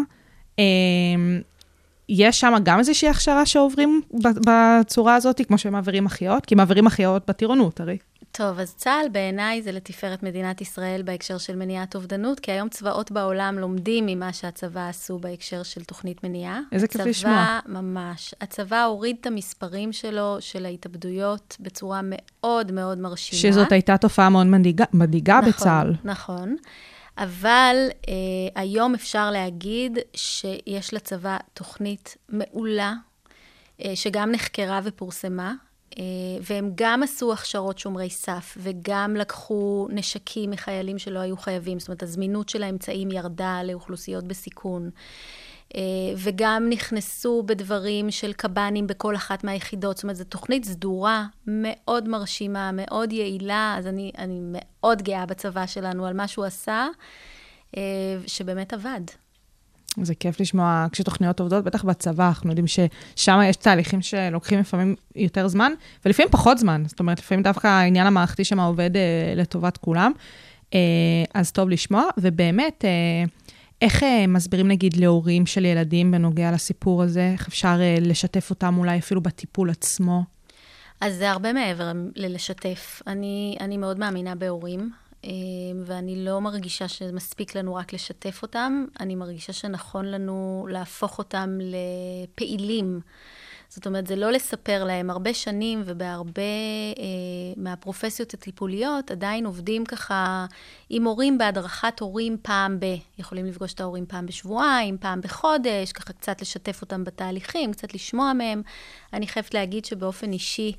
Speaker 4: יש שם גם איזושהי הכשרה שעוברים בצורה הזאת, כמו שהם מעבירים אחיות, כי מעבירים אחיות בטירונות, הרי.
Speaker 5: טוב, אז צה"ל בעיניי זה לתפארת מדינת ישראל בהקשר של מניעת אובדנות, כי היום צבאות בעולם לומדים ממה שהצבא עשו בהקשר של תוכנית מניעה.
Speaker 4: איזה כיף לשמוע.
Speaker 5: הצבא, ממש. הצבא הוריד את המספרים שלו, של ההתאבדויות, בצורה מאוד מאוד מרשימה.
Speaker 4: שזאת הייתה תופעה מאוד מדאיגה, מדאיגה
Speaker 5: נכון,
Speaker 4: בצה"ל.
Speaker 5: נכון. אבל אה, היום אפשר להגיד שיש לצבא תוכנית מעולה, אה, שגם נחקרה ופורסמה, אה, והם גם עשו הכשרות שומרי סף, וגם לקחו נשקים מחיילים שלא היו חייבים, זאת אומרת, הזמינות של האמצעים ירדה לאוכלוסיות בסיכון, אה, וגם נכנסו בדברים של קב"נים בכל אחת מהיחידות, זאת אומרת, זו תוכנית סדורה, מאוד מרשימה, מאוד יעילה, אז אני, אני מאוד גאה בצבא שלנו על מה שהוא עשה, אה, שבאמת עבד.
Speaker 4: זה כיף לשמוע כשתוכניות עובדות, בטח בצבא, אנחנו יודעים ששם יש תהליכים שלוקחים לפעמים יותר זמן, ולפעמים פחות זמן, זאת אומרת, לפעמים דווקא העניין המערכתי שם עובד אה, לטובת כולם, אה, אז טוב לשמוע, ובאמת, אה, איך אה, מסבירים נגיד להורים של ילדים בנוגע לסיפור הזה, איך אפשר אה, לשתף אותם אולי אפילו בטיפול עצמו?
Speaker 5: אז זה הרבה מעבר ללשתף. אני, אני מאוד מאמינה בהורים, ואני לא מרגישה שמספיק לנו רק לשתף אותם, אני מרגישה שנכון לנו להפוך אותם לפעילים. זאת אומרת, זה לא לספר להם. הרבה שנים ובהרבה אה, מהפרופסיות הטיפוליות עדיין עובדים ככה עם הורים בהדרכת הורים פעם ב... יכולים לפגוש את ההורים פעם בשבועיים, פעם בחודש, ככה קצת לשתף אותם בתהליכים, קצת לשמוע מהם. אני חייבת להגיד שבאופן אישי,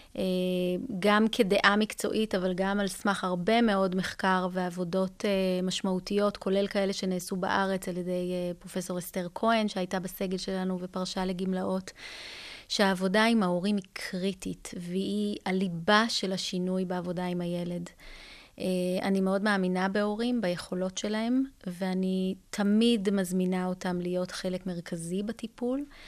Speaker 5: גם כדעה מקצועית, אבל גם על סמך הרבה מאוד מחקר ועבודות משמעותיות, כולל כאלה שנעשו בארץ על ידי פרופסור אסתר כהן, שהייתה בסגל שלנו ופרשה לגמלאות, שהעבודה עם ההורים היא קריטית, והיא הליבה של השינוי בעבודה עם הילד. אני מאוד מאמינה בהורים, ביכולות שלהם, ואני תמיד מזמינה אותם להיות חלק מרכזי בטיפול.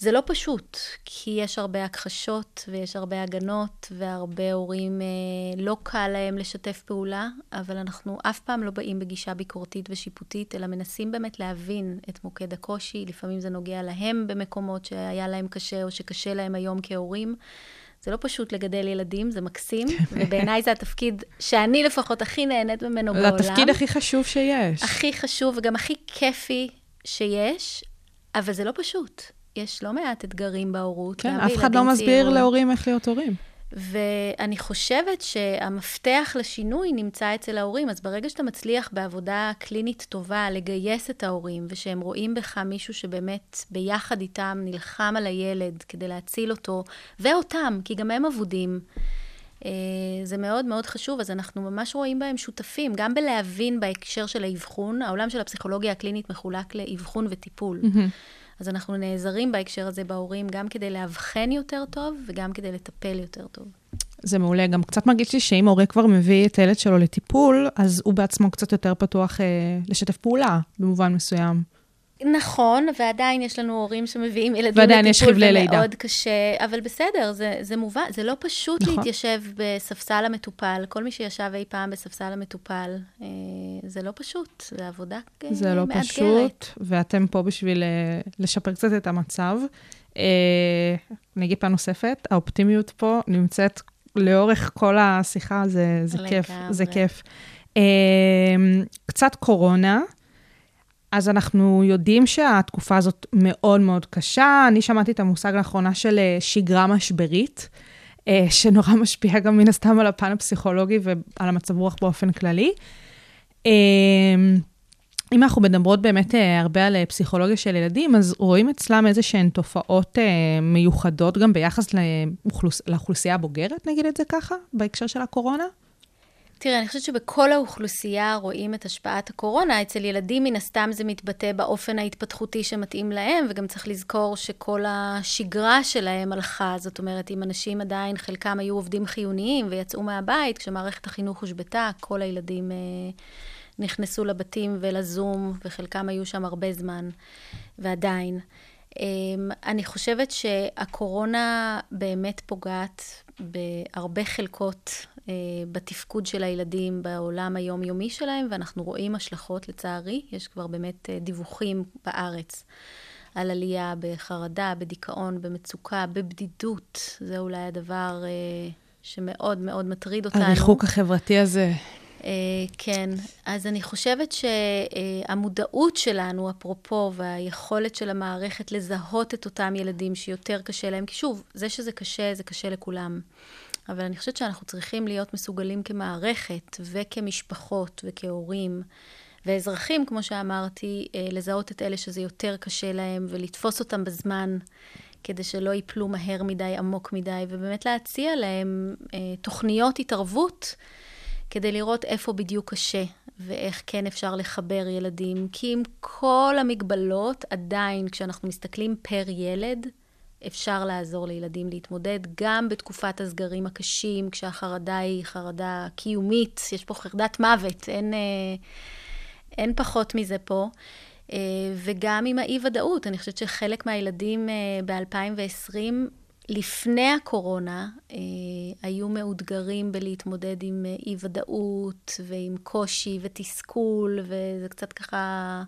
Speaker 5: זה לא פשוט, כי יש הרבה הכחשות ויש הרבה הגנות, והרבה הורים אה, לא קל להם לשתף פעולה, אבל אנחנו אף פעם לא באים בגישה ביקורתית ושיפוטית, אלא מנסים באמת להבין את מוקד הקושי. לפעמים זה נוגע להם במקומות שהיה להם קשה או שקשה להם היום כהורים. זה לא פשוט לגדל ילדים, זה מקסים, ובעיניי זה התפקיד שאני לפחות הכי נהנית ממנו בעולם.
Speaker 4: זה התפקיד הכי חשוב שיש.
Speaker 5: הכי חשוב וגם הכי כיפי שיש, אבל זה לא פשוט. יש לא מעט אתגרים בהורות.
Speaker 4: כן, אף אחד לא מסביר להורים איך להיות הורים.
Speaker 5: ואני חושבת שהמפתח לשינוי נמצא אצל ההורים, אז ברגע שאתה מצליח בעבודה קלינית טובה לגייס את ההורים, ושהם רואים בך מישהו שבאמת ביחד איתם נלחם על הילד כדי להציל אותו, ואותם, כי גם הם עבודים, זה מאוד מאוד חשוב, אז אנחנו ממש רואים בהם שותפים, גם בלהבין בהקשר של האבחון, העולם של הפסיכולוגיה הקלינית מחולק לאבחון וטיפול. אז אנחנו נעזרים בהקשר הזה בהורים, גם כדי להבחן יותר טוב, וגם כדי לטפל יותר טוב.
Speaker 4: זה מעולה. גם קצת מרגיש לי שאם הורה כבר מביא את הילד שלו לטיפול, אז הוא בעצמו קצת יותר פתוח אה, לשתף פעולה, במובן מסוים.
Speaker 5: נכון, ועדיין יש לנו הורים שמביאים ילדים לטיפול, ומאוד קשה, אבל בסדר, זה, זה מובן, זה לא פשוט נכון. להתיישב בספסל המטופל, כל מי שישב אי פעם בספסל המטופל, אה, זה לא פשוט, זה עבודה מאתגרת.
Speaker 4: זה לא מאתגרת. פשוט, ואתם פה בשביל לשפר קצת את המצב. אה, אני אגיד פעם נוספת, האופטימיות פה נמצאת לאורך כל השיחה, זה, זה כיף, זה כיף. אה, קצת קורונה, אז אנחנו יודעים שהתקופה הזאת מאוד מאוד קשה. אני שמעתי את המושג לאחרונה של שגרה משברית, שנורא משפיע גם מן הסתם על הפן הפסיכולוגי ועל המצב רוח באופן כללי. אם אנחנו מדברות באמת הרבה על פסיכולוגיה של ילדים, אז רואים אצלם איזה שהן תופעות מיוחדות גם ביחס לאוכלוסייה הבוגרת, נגיד את זה ככה, בהקשר של הקורונה?
Speaker 5: תראה, אני חושבת שבכל האוכלוסייה רואים את השפעת הקורונה. אצל ילדים מן הסתם זה מתבטא באופן ההתפתחותי שמתאים להם, וגם צריך לזכור שכל השגרה שלהם הלכה. זאת אומרת, אם אנשים עדיין, חלקם היו עובדים חיוניים ויצאו מהבית, כשמערכת החינוך הושבתה, כל הילדים אה, נכנסו לבתים ולזום, וחלקם היו שם הרבה זמן, ועדיין. אה, אני חושבת שהקורונה באמת פוגעת בהרבה חלקות בתפקוד של הילדים בעולם היומיומי שלהם, ואנחנו רואים השלכות לצערי, יש כבר באמת דיווחים בארץ על עלייה בחרדה, בדיכאון, במצוקה, בבדידות, זה אולי הדבר שמאוד מאוד מטריד אותנו.
Speaker 4: הריחוק החברתי הזה.
Speaker 5: כן, אז אני חושבת שהמודעות שלנו, אפרופו, והיכולת של המערכת לזהות את אותם ילדים שיותר קשה להם, כי שוב, זה שזה קשה, זה קשה לכולם. אבל אני חושבת שאנחנו צריכים להיות מסוגלים כמערכת וכמשפחות וכהורים ואזרחים, כמו שאמרתי, לזהות את אלה שזה יותר קשה להם ולתפוס אותם בזמן, כדי שלא ייפלו מהר מדי, עמוק מדי, ובאמת להציע להם תוכניות התערבות, כדי לראות איפה בדיוק קשה ואיך כן אפשר לחבר ילדים. כי עם כל המגבלות, עדיין כשאנחנו מסתכלים פר ילד, אפשר לעזור לילדים להתמודד, גם בתקופת הסגרים הקשים, כשהחרדה היא חרדה קיומית, יש פה חרדת מוות, אין, אין פחות מזה פה. וגם עם האי-ודאות, אני חושבת שחלק מהילדים ב-אלפיים ועשרים, לפני הקורונה, היו מאותגרים בלהתמודד עם אי-ודאות, ועם קושי ותסכול, וזה קצת ככה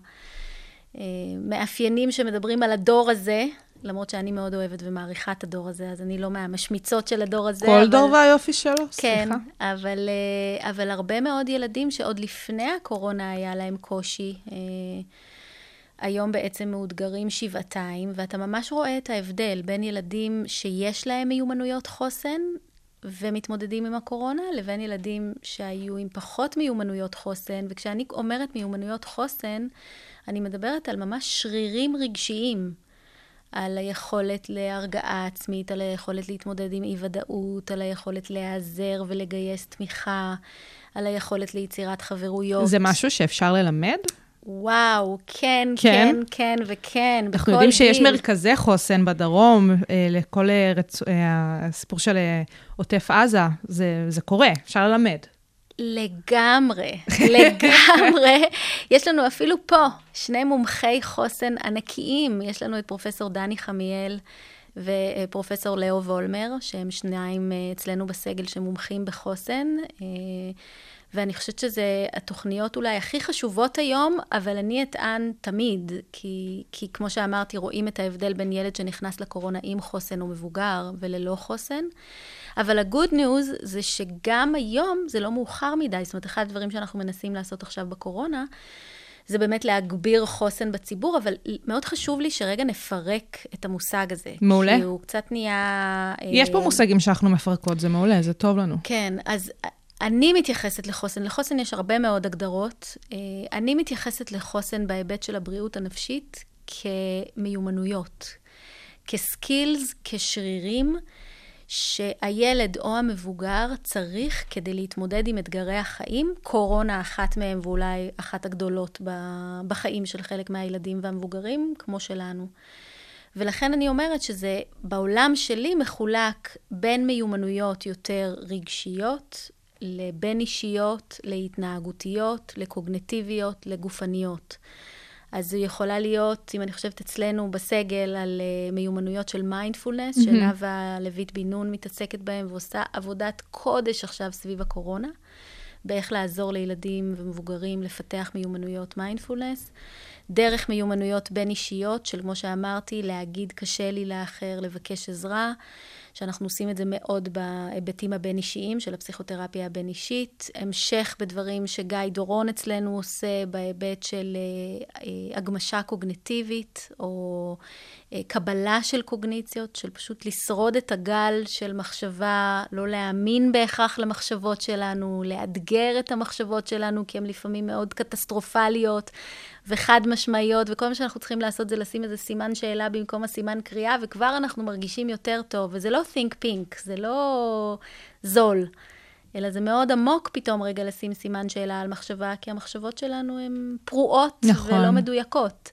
Speaker 5: מאפיינים שמדברים על הדור הזה, למרות שאני מאוד אוהבת ומעריכה את הדור הזה, אז אני לא מהמשמיצות של הדור הזה.
Speaker 4: כל אבל... דור והיופי שלו,
Speaker 5: כן,
Speaker 4: סליחה.
Speaker 5: אבל, אבל הרבה מאוד ילדים שעוד לפני הקורונה היה להם קושי, היום בעצם מאותגרים שבעתיים, ואתה ממש רואה את ההבדל בין ילדים שיש להם מיומנויות חוסן, ומתמודדים עם הקורונה, לבין ילדים שהיו עם פחות מיומנויות חוסן, וכשאני אומרת מיומנויות חוסן, אני מדברת על ממש שרירים רגשיים, על היכולת להרגעה עצמית, על היכולת להתמודד עם אי-ודאות, על היכולת להיעזר ולגייס תמיכה, על היכולת ליצירת חברויות.
Speaker 4: זה משהו שאפשר ללמד?
Speaker 5: וואו, כן, כן, כן, וכן.
Speaker 4: אנחנו יודעים שיש מרכזי חוסן בדרום, לכל הסיפור של עוטף עזה, זה, זה קורה, אפשר ללמד.
Speaker 5: לגמרי, לגמרי. יש לנו אפילו פה שני מומחי חוסן ענקיים. יש לנו את פרופסור דני חמיאל ופרופסור לאו וולמר, שהם שניים אצלנו בסגל שמומחים בחוסן. ואני חושבת שזה התוכניות אולי הכי חשובות היום, אבל אני אטען תמיד, כי, כי כמו שאמרתי, רואים את ההבדל בין ילד שנכנס לקורונה עם חוסן או מבוגר וללא חוסן. אבל ה-good news זה שגם היום זה לא מאוחר מדי. זאת אומרת, אחד הדברים שאנחנו מנסים לעשות עכשיו בקורונה, זה באמת להגביר חוסן בציבור, אבל מאוד חשוב לי שרגע נפרק את המושג הזה.
Speaker 4: מעולה.
Speaker 5: כי הוא קצת נהיה...
Speaker 4: יש פה מושגים שאנחנו מפרקות, זה מעולה, זה טוב לנו.
Speaker 5: כן, אז אני מתייחסת לחוסן. לחוסן יש הרבה מאוד הגדרות. אני מתייחסת לחוסן בהיבט של הבריאות הנפשית כמיומנויות, כסקילס, כשרירים, שהילד או המבוגר צריך כדי להתמודד עם אתגרי החיים, קורונה אחת מהם ואולי אחת הגדולות בחיים של חלק מהילדים והמבוגרים, כמו שלנו. ולכן אני אומרת שזה בעולם שלי מחולק בין מיומנויות יותר רגשיות, לבין אישיות, להתנהגותיות, לקוגניטיביות, לגופניות. אז זו יכולה להיות, אם אני חושבת אצלנו בסגל, על uh, מיומנויות של מיינדפולנס, mm-hmm. שנאווה לויט בן נון מתעסקת בהם, ועושה עבודת קודש עכשיו סביב הקורונה, באיך לעזור לילדים ומבוגרים לפתח מיומנויות מיינדפולנס, דרך מיומנויות בין אישיות, של כמו שאמרתי, להגיד קשה לי לאחר, לבקש עזרה, שאנחנו עושים את זה מאוד בהיבטים הבין אישיים של הפסיכותרפיה הבין אישית, המשך בדברים שגיא דורון אצלנו עושה בהיבט של הגמשה קוגניטיבית, או קבלה של קוגניציות, של פשוט לשרוד את הגל של מחשבה, לא להאמין בהכרח למחשבות שלנו, לאתגר את המחשבות שלנו, כי הן לפעמים מאוד קטסטרופליות וחד משמעיות, וכל מה שאנחנו צריכים לעשות זה לשים איזה סימן שאלה במקום הסימן קריאה, וכבר אנחנו מרגישים יותר טוב, וזה לא think pink, זה לא זול, אלא זה מאוד עמוק פתאום רגע לשים סימן שאלה על מחשבה, כי המחשבות שלנו הן פרועות נכון. ולא מדויקות.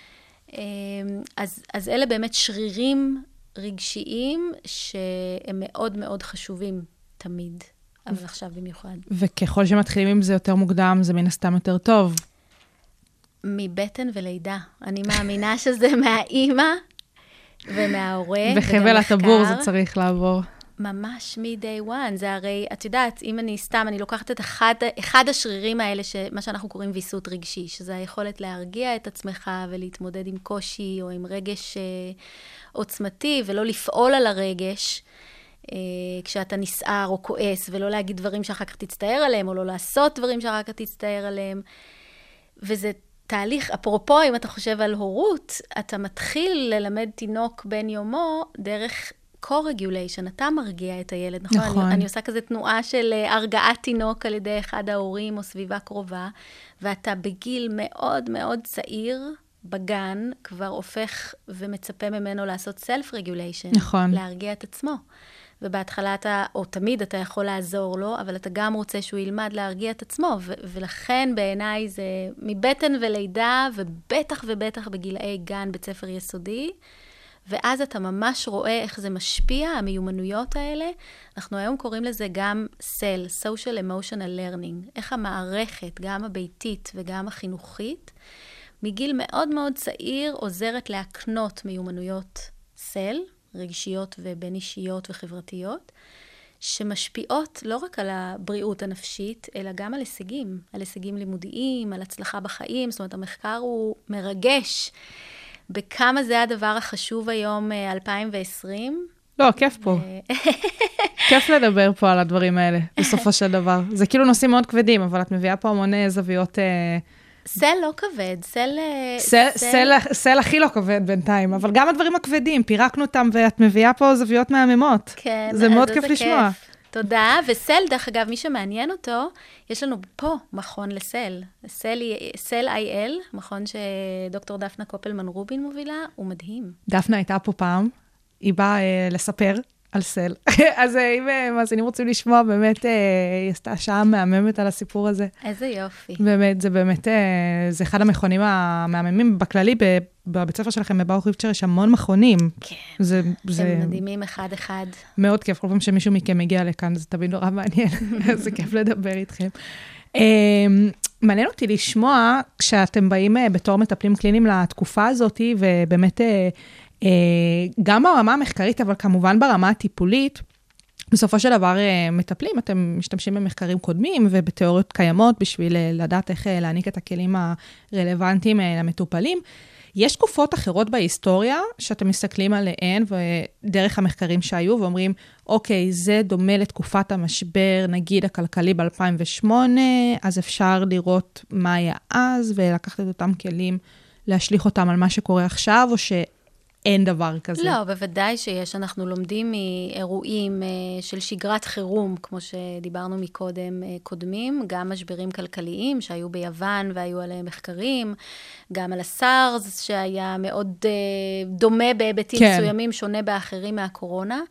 Speaker 5: אז, אז אלה באמת שרירים רגשיים שהם מאוד מאוד חשובים תמיד, אבל עכשיו במיוחד.
Speaker 4: וככל שמתחילים עם זה יותר מוקדם, זה מן הסתם יותר טוב.
Speaker 5: מבטן ולידה. אני מאמינה שזה מהאימא ומההורה.
Speaker 4: וחבל הטבור זה צריך לעבור.
Speaker 5: ממש מ-day one. זה הרי, את יודעת, אם אני סתם, אני לוקחת את אחד, אחד השרירים האלה, מה שאנחנו קוראים ויסות רגשי, שזה היכולת להרגיע את עצמך ולהתמודד עם קושי או עם רגש אה, עוצמתי, ולא לפעול על הרגש, אה, כשאתה נסער או כועס, ולא להגיד דברים שאחר כך תצטער עליהם, או לא לעשות דברים שאחר כך תצטער עליהם. וזה תהליך, אפרופו, אם אתה חושב על הורות, אתה מתחיל ללמד תינוק בן יומו דרך co-regulation, אתה מרגיע את הילד, נכון? נכון. אני, אני עושה כזה תנועה של הרגעת תינוק על ידי אחד ההורים או סביבה קרובה, ואתה בגיל מאוד מאוד צעיר בגן, כבר הופך ומצפה ממנו לעשות self-regulation.
Speaker 4: נכון.
Speaker 5: להרגיע את עצמו. ובהתחלה אתה, או תמיד אתה יכול לעזור לו, אבל אתה גם רוצה שהוא ילמד להרגיע את עצמו, ו- ולכן בעיניי זה מבטן ולידה, ובטח ובטח בגילאי גן, בית ספר יסודי, ואז אתה ממש רואה איך זה משפיע, המיומנויות האלה. אנחנו היום קוראים לזה גם סל, Social Emotional Learning, איך המערכת, גם הביתית וגם החינוכית, מגיל מאוד מאוד צעיר עוזרת להקנות מיומנויות סל, רגשיות ובין אישיות וחברתיות, שמשפיעות לא רק על הבריאות הנפשית, אלא גם על הישגים, על הישגים לימודיים, על הצלחה בחיים. זאת אומרת, המחקר הוא מרגש בכמה זה הדבר החשוב היום, אלפיים ועשרים.
Speaker 4: לא, כיף פה. כיף לדבר פה על הדברים האלה, בסופו של דבר. זה כאילו נושאים מאוד כבדים, אבל את מביאה פה המון זוויות...
Speaker 5: סל לא כבד, סל...
Speaker 4: סל, סל, סל הכי לא כבד בינתיים, אבל גם הדברים הכבדים, פירקנו אותם ואת מביאה פה זוויות מהממות.
Speaker 5: כן,
Speaker 4: זה מאוד כיף לשמוע.
Speaker 5: תודה, וסל, דרך אגב, מי שמעניין אותו, יש לנו פה מכון לסל. סל, סל איי אל, מכון שדוקטור דפנה קופלמן רובין מובילה, הוא מדהים.
Speaker 4: דפנה הייתה פה פעם, היא באה אה, לספר, על סל. אז אם מאזינים רוצים לשמוע, באמת, היא עשתה שעה מהממת על הסיפור הזה.
Speaker 5: איזה יופי.
Speaker 4: באמת, זה באמת, זה אחד המכונים המהממים. בכללי, בבית ספר שלכם, בברוך ריבצ'ר, יש המון מכונים.
Speaker 5: כן.
Speaker 4: זה,
Speaker 5: זה מדהימים אחד-אחד.
Speaker 4: מאוד כיף, כל פעם שמישהו מכם מגיע לכאן, זה תמיד נורא מעניין. זה כיף לדבר איתכם. מעניין אותי לשמוע, כשאתם באים בתור מטפלים קליניים לתקופה הזאת, ובאמת, גם ברמה המחקרית, אבל כמובן ברמה הטיפולית, בסופו של דבר מטפלים, אתם משתמשים במחקרים קודמים ובתיאוריות קיימות בשביל לדעת איך להעניק את הכלים הרלוונטיים למטופלים. יש תקופות אחרות בהיסטוריה שאתם מסתכלים עליהן ודרך המחקרים שהיו ואומרים, אוקיי, זה דומה לתקופת המשבר, נגיד הכלכלי ב-אלפיים ושמונה, אז אפשר לראות מה היה אז ולקחת את אותם כלים, להשליך אותם על מה שקורה עכשיו, או ש... אין דבר כזה.
Speaker 5: לא, בוודאי שיש. אנחנו לומדים מאירועים של שגרת חירום, כמו שדיברנו מקודם, קודמים, גם משברים כלכליים שהיו ביוון והיו עליהם מחקרים, גם על הסארס שהיה מאוד דומה בהיבטים כן. מסוימים, שונה באחרים מהקורונה.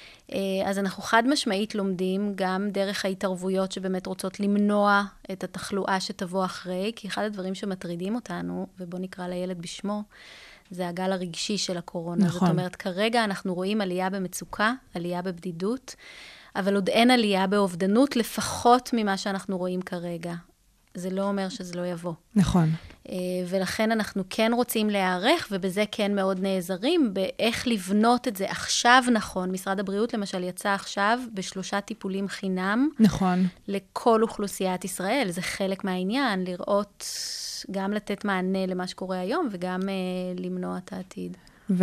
Speaker 5: אז אנחנו חד משמעית לומדים גם דרך ההתערבויות שבאמת רוצות למנוע את התחלואה שתבוא אחרי, כי אחד הדברים שמטרידים אותנו, ובוא נקרא לילד בשמו, זה הגל הרגשי של הקורונה. נכון. זאת אומרת, כרגע אנחנו רואים עלייה במצוקה, עלייה בבדידות, אבל עוד אין עלייה באובדנות, לפחות ממה שאנחנו רואים כרגע. זה לא אומר שזה לא יבוא.
Speaker 4: נכון.
Speaker 5: ולכן אנחנו כן רוצים להיערך, ובזה כן מאוד נעזרים, באיך לבנות את זה עכשיו נכון. משרד הבריאות למשל יצא עכשיו בשלושה טיפולים חינם.
Speaker 4: נכון.
Speaker 5: לכל אוכלוסיית ישראל. זה חלק מהעניין, לראות, גם לתת מענה למה שקורה היום, וגם uh, למנוע את העתיד.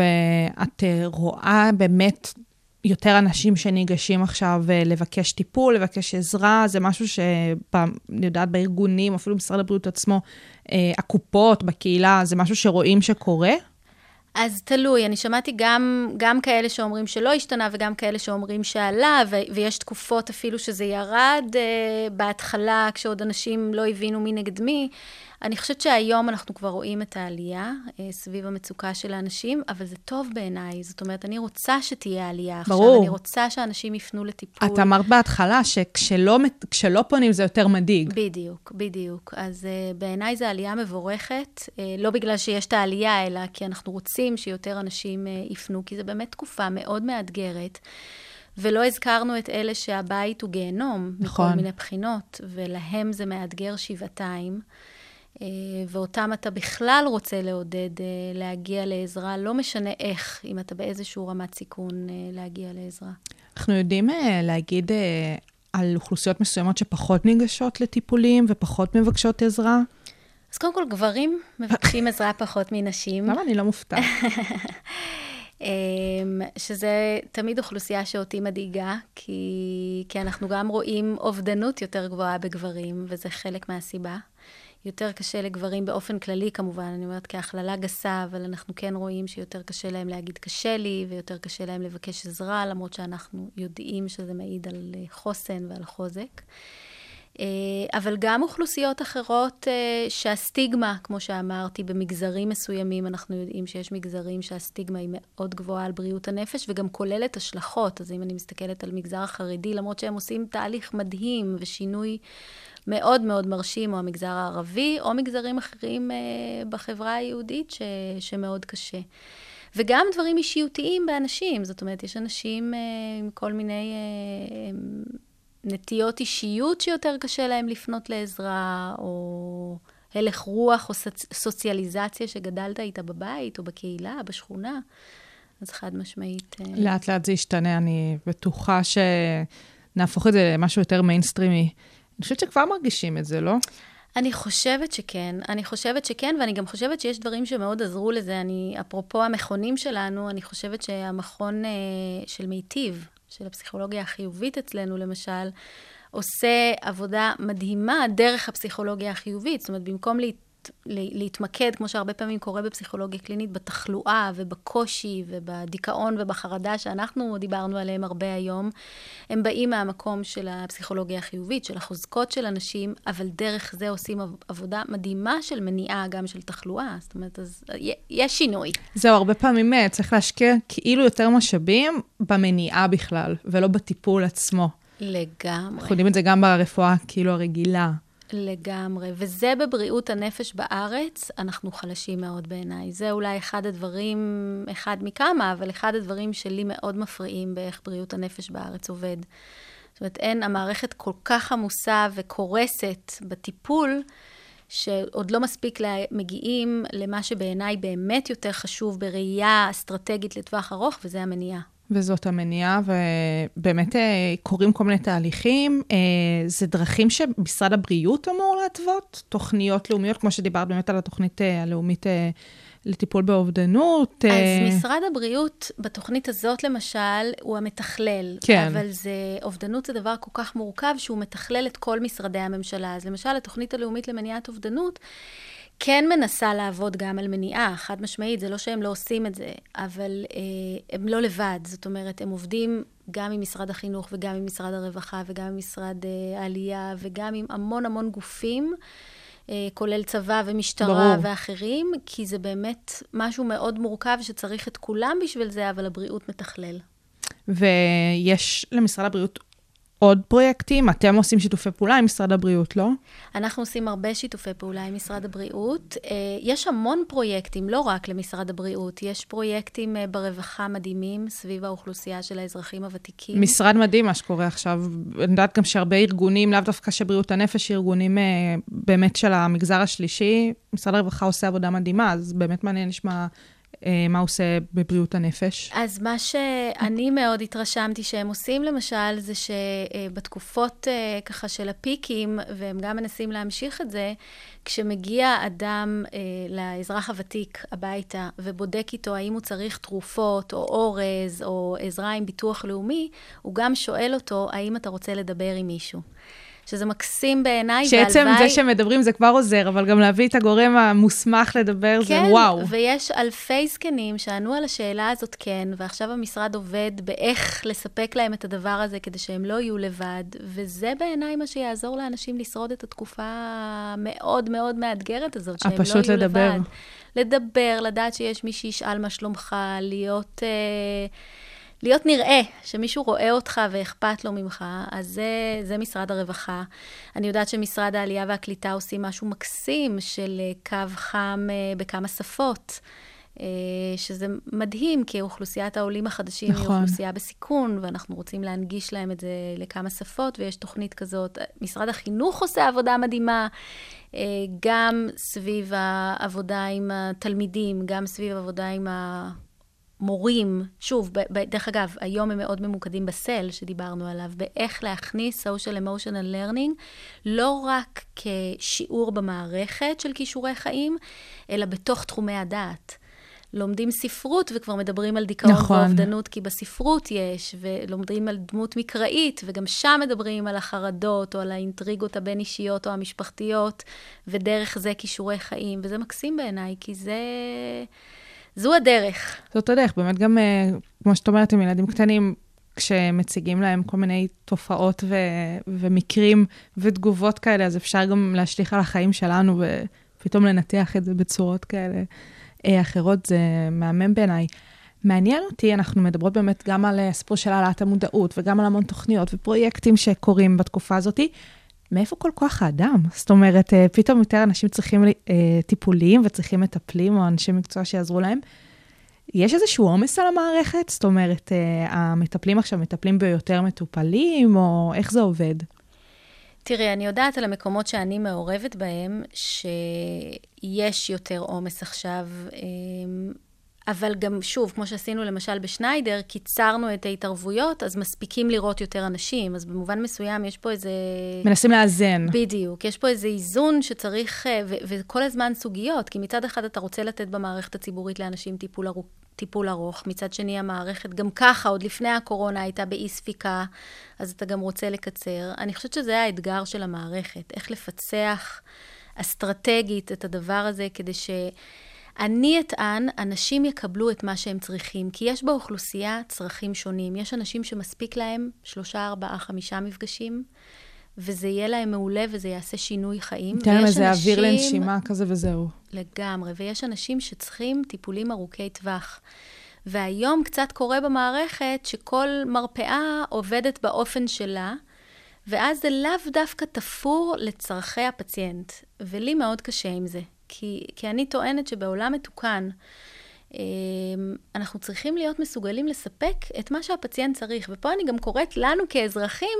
Speaker 4: ואת רואה באמת יותר אנשים שניגשים עכשיו לבקש טיפול, לבקש עזרה, זה משהו שאני יודעת בארגונים, אפילו משרד הבריאות עצמו, הקופות בקהילה, זה משהו שרואים שקורה?
Speaker 5: אז תלוי, אני שמעתי גם, גם כאלה שאומרים שלא השתנה, וגם כאלה שאומרים שעלה, ו- ויש תקופות אפילו שזה ירד uh, בהתחלה, כשעוד אנשים לא הבינו מי נגד מי. אני חושבת שהיום אנחנו כבר רואים את העלייה uh, סביב המצוקה של האנשים, אבל זה טוב בעיניי. זאת אומרת, אני רוצה שתהיה עלייה עכשיו. ברור. אני רוצה שאנשים יפנו לטיפול.
Speaker 4: את אמרת בהתחלה שכשלא כשלא פונים זה יותר מדאיג.
Speaker 5: בדיוק, בדיוק. אז uh, בעיניי זו עלייה מבורכת, uh, לא בגלל שיש את העלייה, אלא כי אנחנו רוצים שיותר אנשים uh, יפנו, כי זו באמת תקופה מאוד מאתגרת. ולא הזכרנו את אלה שהבית הוא גיהנום, נכון. מכל מיני בחינות, ולהם זה מאתגר שבעתיים. ואותם אתה בכלל רוצה לעודד להגיע לעזרה, לא משנה איך, אם אתה באיזשהו רמת סיכון להגיע לעזרה.
Speaker 4: אנחנו יודעים להגיד על אוכלוסיות מסוימות שפחות ניגשות לטיפולים ופחות מבקשות עזרה?
Speaker 5: אז קודם כל, גברים מבקשים עזרה פחות מנשים.
Speaker 4: למה אני לא מופתעת?
Speaker 5: שזה תמיד אוכלוסייה שאותי מדאיגה, כי, כי אנחנו גם רואים אובדנות יותר גבוהה בגברים, וזה חלק מהסיבה. יותר קשה לגברים באופן כללי, כמובן, אני אומרת כהכללה גסה, אבל אנחנו כן רואים שיותר קשה להם להגיד קשה לי, ויותר קשה להם לבקש עזרה, למרות שאנחנו יודעים שזה מעיד על חוסן ועל חוזק. אבל גם אוכלוסיות אחרות שהסטיגמה, כמו שאמרתי, במגזרים מסוימים, אנחנו יודעים שיש מגזרים שהסטיגמה היא מאוד גבוהה על בריאות הנפש, וגם כוללת השלכות. אז אם אני מסתכלת על מגזר החרדי, למרות שהם עושים תהליך מדהים ושינוי מאוד מאוד מרשים, או המגזר הערבי, או מגזרים אחרים בחברה היהודית, ש, שמאוד קשה. וגם דברים אישיותיים באנשים. זאת אומרת, יש אנשים עם כל מיני נטיות אישיות שיותר קשה להם לפנות לעזרה, או הלך רוח, או סוציאליזציה שגדלת איתה בבית, או בקהילה, בשכונה. אז חד משמעית.
Speaker 4: לאט לאט זה ישתנה, אני בטוחה שנהפוך את זה למשהו יותר מיינסטרימי. אני חושבת שכבר מרגישים את זה, לא?
Speaker 5: אני חושבת שכן, אני חושבת שכן, ואני גם חושבת שיש דברים שמאוד עזרו לזה. אני, אפרופו המכונים שלנו, אני חושבת שהמכון של מיטיב, של הפסיכולוגיה החיובית אצלנו, למשל, עושה עבודה מדהימה דרך הפסיכולוגיה החיובית. זאת אומרת, במקום להתמקד, כמו שהרבה פעמים קורה בפסיכולוגיה קלינית, בתחלואה ובקושי ובדיכאון ובחרדה שאנחנו דיברנו עליהם הרבה היום, הם באים מהמקום של הפסיכולוגיה החיובית, של החוזקות של אנשים, אבל דרך זה עושים עבודה מדהימה של מניעה, גם של תחלואה. זאת אומרת, אז יש שינוי.
Speaker 4: זהו, הרבה פעמים צריך להשקיע כאילו יותר משאבים במניעה בכלל, ולא בטיפול עצמו.
Speaker 5: לגמרי.
Speaker 4: אנחנו יודעים את זה גם ברפואה כאילו הרגילה.
Speaker 5: לגמרי, וזה בבריאות הנפש בארץ, אנחנו חלשים מאוד בעיניי. זה אולי אחד הדברים, אחד מכמה, אבל אחד הדברים שלי מאוד מפריעים באיך בריאות הנפש בארץ עובד. זאת אומרת, אין, המערכת כל כך עמוסה וקורסת בטיפול, שעוד לא מספיק לה, מגיעים למה שבעיניי באמת יותר חשוב בראייה אסטרטגית לטווח ארוך, וזה המניעה.
Speaker 4: וזאת המניעה, ובאמת קורים כל מיני תהליכים. זה דרכים שמשרד הבריאות אמור להתוות, תוכניות לאומיות, כמו שדיברת באמת על התוכנית הלאומית לטיפול באובדנות.
Speaker 5: אז משרד הבריאות, בתוכנית הזאת למשל, הוא המתכלל.
Speaker 4: כן.
Speaker 5: אבל זה, אובדנות זה דבר כל כך מורכב, שהוא מתכלל את כל משרדי הממשלה. אז למשל, התוכנית הלאומית למניעת אובדנות, כן מנסה לעבוד גם על מניעה, חד משמעית, זה לא שהם לא עושים את זה, אבל אה, הם לא לבד, זאת אומרת, הם עובדים גם עם משרד החינוך וגם עם משרד הרווחה וגם עם משרד אה, העלייה וגם עם המון המון גופים, אה, כולל צבא ומשטרה ברור. ואחרים, כי זה באמת משהו מאוד מורכב שצריך את כולם בשביל זה, אבל הבריאות מתכלל.
Speaker 4: ויש למשרד הבריאות עוד פרויקטים? אתם עושים שיתופי פעולה עם משרד הבריאות, לא?
Speaker 5: אנחנו עושים הרבה שיתופי פעולה עם משרד הבריאות. יש המון פרויקטים, לא רק למשרד הבריאות. יש פרויקטים ברווחה מדהימים סביב האוכלוסייה של האזרחים הוותיקים.
Speaker 4: משרד מדהים מה שקורה עכשיו. אני יודעת גם שהרבה ארגונים, לאו דווקא של בריאות הנפש, ארגונים באמת של המגזר השלישי. משרד הרווחה עושה עבודה מדהימה, אז באמת מעניין לשמוע מה עושה בבריאות הנפש?
Speaker 5: אז מה שאני מאוד התרשמתי שהם עושים למשל, זה שבתקופות ככה של הפיקים, והם גם מנסים להמשיך את זה, כשמגיע אדם לאזרח הוותיק הביתה, ובודק איתו האם הוא צריך תרופות, או אורז, או עזרה עם ביטוח לאומי, הוא גם שואל אותו, האם אתה רוצה לדבר עם מישהו? שזה מקסים בעיניי.
Speaker 4: שעצם זה שמדברים זה כבר עוזר, אבל גם להביא את הגורם המוסמך לדבר זה וואו.
Speaker 5: כן, ויש אלפי זקנים שענו על השאלה הזאת כן, ועכשיו המשרד עובד באיך לספק להם את הדבר הזה, כדי שהם לא יהיו לבד, וזה בעיניי מה שיעזור לאנשים לשרוד את התקופה המאוד מאוד מאתגרת הזאת, שהם לא יהיו
Speaker 4: לדבר.
Speaker 5: לבד. לדבר, לדעת שיש מי שישאל מה שלומך, להיות... להיות נראה, שמישהו רואה אותך ואכפת לו ממך, אז זה, זה משרד הרווחה. אני יודעת שמשרד העלייה והקליטה עושים משהו מקסים של קו חם בכמה שפות, שזה מדהים, כי אוכלוסיית העולים החדשים נכון. היא אוכלוסייה בסיכון, ואנחנו רוצים להנגיש להם את זה לכמה שפות, ויש תוכנית כזאת. משרד החינוך עושה עבודה מדהימה, גם סביב העבודה עם התלמידים, גם סביב העבודה עם ה... מורים, שוב, דרך אגב, היום הם מאוד ממוקדים בסל שדיברנו עליו, באיך להכניס social emotional learning, לא רק כשיעור במערכת של כישורי חיים, אלא בתוך תחומי הדעת. לומדים ספרות וכבר מדברים על דיכאון נכון. ואובדנות, כי בספרות יש, ולומדים על דמות מקראית, וגם שם מדברים על החרדות, או על האינטריגות הבין אישיות או המשפחתיות, ודרך זה כישורי חיים, וזה מקסים בעיניי, כי זה... זו הדרך.
Speaker 4: זאת הדרך, באמת גם, כמו שאת אומרת, עם ילדים קטנים, כשמציגים להם כל מיני תופעות ו- ומקרים ותגובות כאלה, אז אפשר גם להשליך על החיים שלנו, ופתאום לנתח את זה בצורות כאלה אחרות, זה מהמם בעיניי. מעניין אותי, אנחנו מדברות באמת גם על הסיפור של העלאת המודעות, וגם על המון תוכניות ופרויקטים שקורים בתקופה הזאת, מאיפה כל כוח האדם? זאת אומרת, פתאום יותר אנשים צריכים טיפולים וצריכים מטפלים או אנשי מקצוע שיעזרו להם. יש איזשהו עומס על המערכת? זאת אומרת, המטפלים עכשיו מטפלים ביותר מטופלים, או איך זה עובד?
Speaker 5: תראי, אני יודעת על המקומות שאני מעורבת בהם, שיש יותר עומס עכשיו, אבל גם שוב, כמו שעשינו למשל בשניידר, קיצרנו את ההתערבויות, אז מספיקים לראות יותר אנשים. אז במובן מסוים יש פה איזה...
Speaker 4: מנסים לאזן.
Speaker 5: בדיוק. יש פה איזה איזון שצריך, ו- וכל הזמן סוגיות, כי מצד אחד אתה רוצה לתת במערכת הציבורית לאנשים טיפול ארוך, טיפול ארוך. מצד שני, המערכת גם ככה, עוד לפני הקורונה הייתה באי ספיקה, אז אתה גם רוצה לקצר. אני חושבת שזה האתגר של המערכת, איך לפצח אסטרטגית את הדבר הזה, כדי שאני אטען, אנשים יקבלו את מה שהם צריכים, כי יש באוכלוסייה צרכים שונים. יש אנשים שמספיק להם שלושה, ארבעה, חמישה מפגשים, וזה יהיה להם מעולה, וזה יעשה שינוי חיים.
Speaker 4: תן להם איזה אוויר לנשימה כזה וזהו.
Speaker 5: לגמרי, ויש אנשים שצריכים טיפולים ארוכי טווח. והיום קצת קורה במערכת שכל מרפאה עובדת באופן שלה, ואז זה לאו דווקא תפור לצרכי הפציינט. ולי מאוד קשה עם זה, כי, כי אני טוענת שבעולם מתוקן, אנחנו צריכים להיות מסוגלים לספק את מה שהפציינט צריך. ופה אני גם קוראת לנו כאזרחים,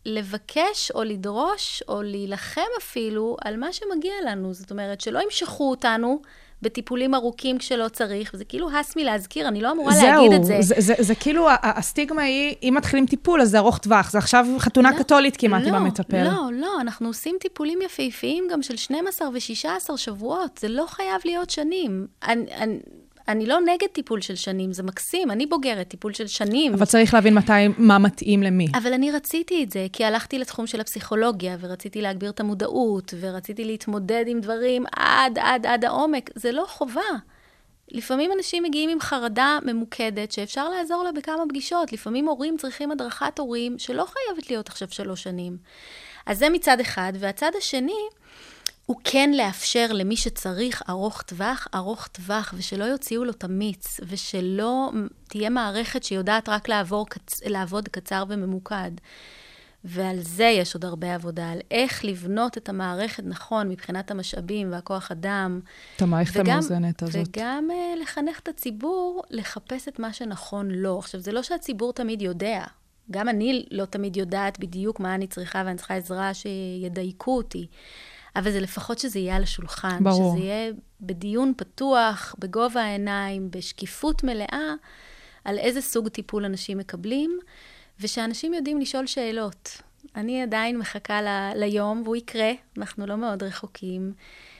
Speaker 5: לבקש או לדרוש או להילחם אפילו על מה שמגיע לנו. זאת אומרת, שלא ימשכו אותנו בטיפולים ארוכים כשלא צריך, וזה כאילו הסמי להזכיר, אני לא אמורה
Speaker 4: זהו,
Speaker 5: להגיד את זה.
Speaker 4: זה, זה, זה כאילו, הסטיגמה היא, אם מתחילים טיפול, אז זה ארוך טווח, זה עכשיו חתונה
Speaker 5: לא,
Speaker 4: קתולית כמעט
Speaker 5: לא,
Speaker 4: עם המטפל.
Speaker 5: לא, לא, אנחנו עושים טיפולים יפהפיים גם של שנים עשר ו-שישה עשר שבועות, זה לא חייב להיות שנים. אני... אני אני לא נגד טיפול של שנים, זה מקסים, אני בוגרת טיפול של שנים.
Speaker 4: אבל צריך להבין מתי, מה מתאים למי.
Speaker 5: אבל אני רציתי את זה, כי הלכתי לתחום של הפסיכולוגיה, ורציתי להגביר את המודעות, ורציתי להתמודד עם דברים עד, עד, עד העומק. זה לא חובה. לפעמים אנשים מגיעים עם חרדה ממוקדת, שאפשר לעזור לה בכמה פגישות. לפעמים הורים צריכים הדרכת הורים, שלא חייבת להיות עכשיו שלוש שנים. אז זה מצד אחד, והצד השני, הוא כן לאפשר למי שצריך ארוך טווח, ארוך טווח, ושלא יוציאו לו תמיץ, ושלא תהיה מערכת שיודעת רק לעבור, לעבוד קצר וממוקד. ועל זה יש עוד הרבה עבודה, על איך לבנות את המערכת נכון, מבחינת המשאבים והכוח אדם.
Speaker 4: את המערכת המאוזנת הזאת.
Speaker 5: וגם uh, לחנך את הציבור, לחפש את מה שנכון לו. עכשיו, זה לא שהציבור תמיד יודע. גם אני לא תמיד יודעת בדיוק מה אני צריכה, ואני צריכה עזרה שידייקו אותי. אבל זה לפחות שזה יהיה על השולחן.
Speaker 4: ברור.
Speaker 5: שזה יהיה בדיון פתוח, בגובה העיניים, בשקיפות מלאה, על איזה סוג טיפול אנשים מקבלים, ושאנשים יודעים לשאול שאלות. אני עדיין מחכה ל- ליום, והוא יקרה, אנחנו לא מאוד רחוקים,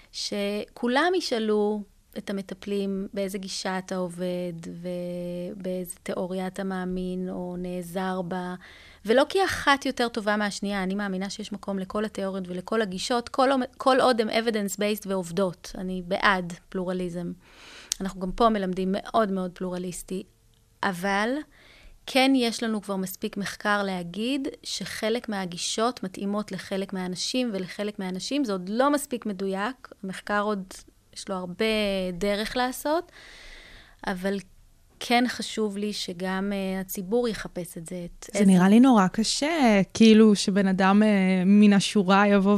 Speaker 5: שכולם ישאלו את המטפלים באיזה גישה אתה עובד, ובאיזה תיאוריה אתה מאמין או נעזר בה, ולא כי אחת יותר טובה מהשנייה, אני מאמינה שיש מקום לכל התיאוריות ולכל הגישות, כל, כל עוד הם evidence-based ועובדות. אני בעד פלורליזם. אנחנו גם פה מלמדים מאוד מאוד פלורליסטי, אבל כן יש לנו כבר מספיק מחקר להגיד שחלק מהגישות מתאימות לחלק מהאנשים, ולחלק מהאנשים זה עוד לא מספיק מדויק, המחקר עוד יש לו הרבה דרך לעשות, אבל כן חשוב לי שגם uh, הציבור יחפש את זה. את
Speaker 4: זה
Speaker 5: איזה...
Speaker 4: נראה לי נורא קשה, כאילו שבן אדם uh, מן השורה יבוא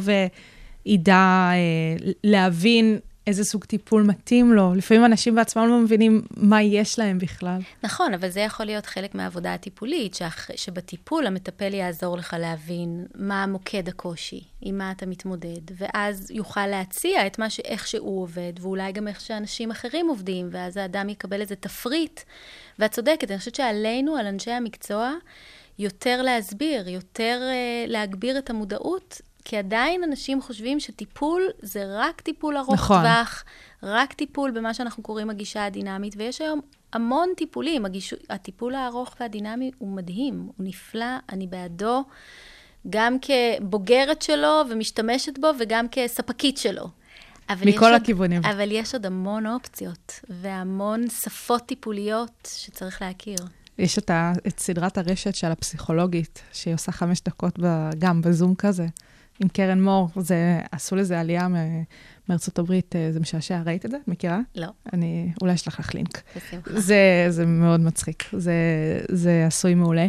Speaker 4: וידע uh, להבין איזה סוג טיפול מתאים לו. לפעמים אנשים בעצמם לא מבינים מה יש להם בכלל.
Speaker 5: נכון, אבל זה יכול להיות חלק מהעבודה הטיפולית, שאח... שבטיפול המטפל יעזור לך להבין מה מוקד הקושי, עם מה אתה מתמודד, ואז יוכל להציע את מה ש... איך שהוא עובד, ואולי גם איך שאנשים אחרים עובדים, ואז האדם יקבל איזה תפריט. ואת צודקת, אני חושבת שעלינו, על אנשי המקצוע, יותר להסביר, יותר uh, להגביר את המודעות, כי עדיין אנשים חושבים שטיפול זה רק טיפול ארוך
Speaker 4: נכון.
Speaker 5: טווח, רק טיפול במה שאנחנו קוראים הגישה הדינמית, ויש היום המון טיפולים. הגיש... הטיפול הארוך והדינמי הוא מדהים, הוא נפלא, אני בעדו, גם כבוגרת שלו ומשתמשת בו, וגם כספקית שלו.
Speaker 4: מכל הכיוונים.
Speaker 5: עוד, אבל יש עוד המון אופציות, והמון שפות טיפוליות שצריך להכיר. יש
Speaker 4: את, ה... את סדרת הרשת של הפסיכולוגית, שהיא עושה חמש דקות ב... גם בזום כזה. עם קרן מור, זה, עשו לזה עלייה מארצות הברית, זה משעשע, ראית את זה? מכירה?
Speaker 5: לא.
Speaker 4: אני, אולי יש לך לך לינק.
Speaker 5: בשמחה.
Speaker 4: זה, זה מאוד מצחיק, זה, זה עשוי מעולה.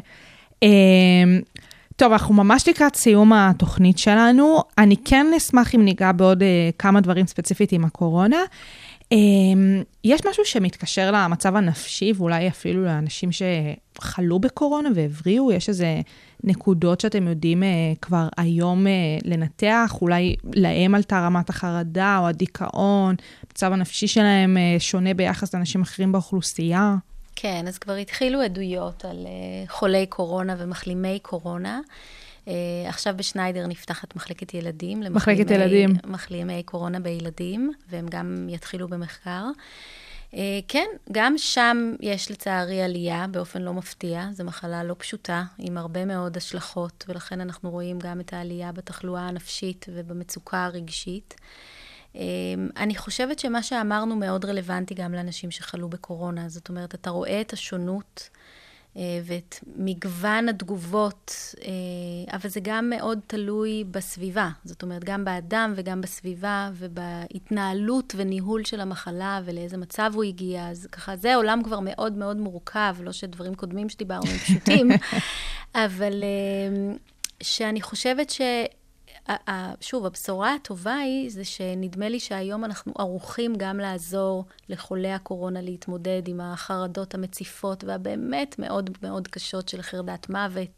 Speaker 4: טוב, אנחנו ממש לקראת סיום התוכנית שלנו, אני כן אשמח אם ניגע בעוד כמה דברים ספציפית עם הקורונה. יש משהו שמתקשר למצב הנפשי, ואולי אפילו לאנשים שחלו בקורונה והבריאו, יש איזה נקודות שאתם יודעים כבר היום לנתח, אולי להם עלתה רמת החרדה או הדיכאון, המצב הנפשי שלהם שונה ביחס לאנשים אחרים באוכלוסייה.
Speaker 5: כן, אז כבר התחילו עדויות על חולי קורונה ומחלימי קורונה. עכשיו בשניידר נפתחת מחלקת ילדים.
Speaker 4: מחלקת ילדים.
Speaker 5: מחלימי קורונה בילדים, והם גם יתחילו במחקר. כן, גם שם יש לצערי עלייה באופן לא מפתיע. זו מחלה לא פשוטה, עם הרבה מאוד השלכות, ולכן אנחנו רואים גם את העלייה בתחלואה הנפשית ובמצוקה הרגשית. אני חושבת שמה שאמרנו מאוד רלוונטי גם לאנשים שחלו בקורונה. זאת אומרת, אתה רואה את השונות ואת מגוון התגובות, אבל זה גם מאוד תלוי בסביבה. זאת אומרת, גם באדם וגם בסביבה ובהתנהלות וניהול של המחלה ולאיזה מצב הוא הגיע. אז ככה, זה עולם כבר מאוד מאוד מורכב, לא שדברים קודמים שדיברנו הם פשוטים, אבל שאני חושבת ש... שוב, הבשורה הטובה היא, זה שנדמה לי שהיום אנחנו ערוכים גם לעזור לחולי הקורונה להתמודד עם החרדות המציפות והבאמת מאוד מאוד קשות של חרדת מוות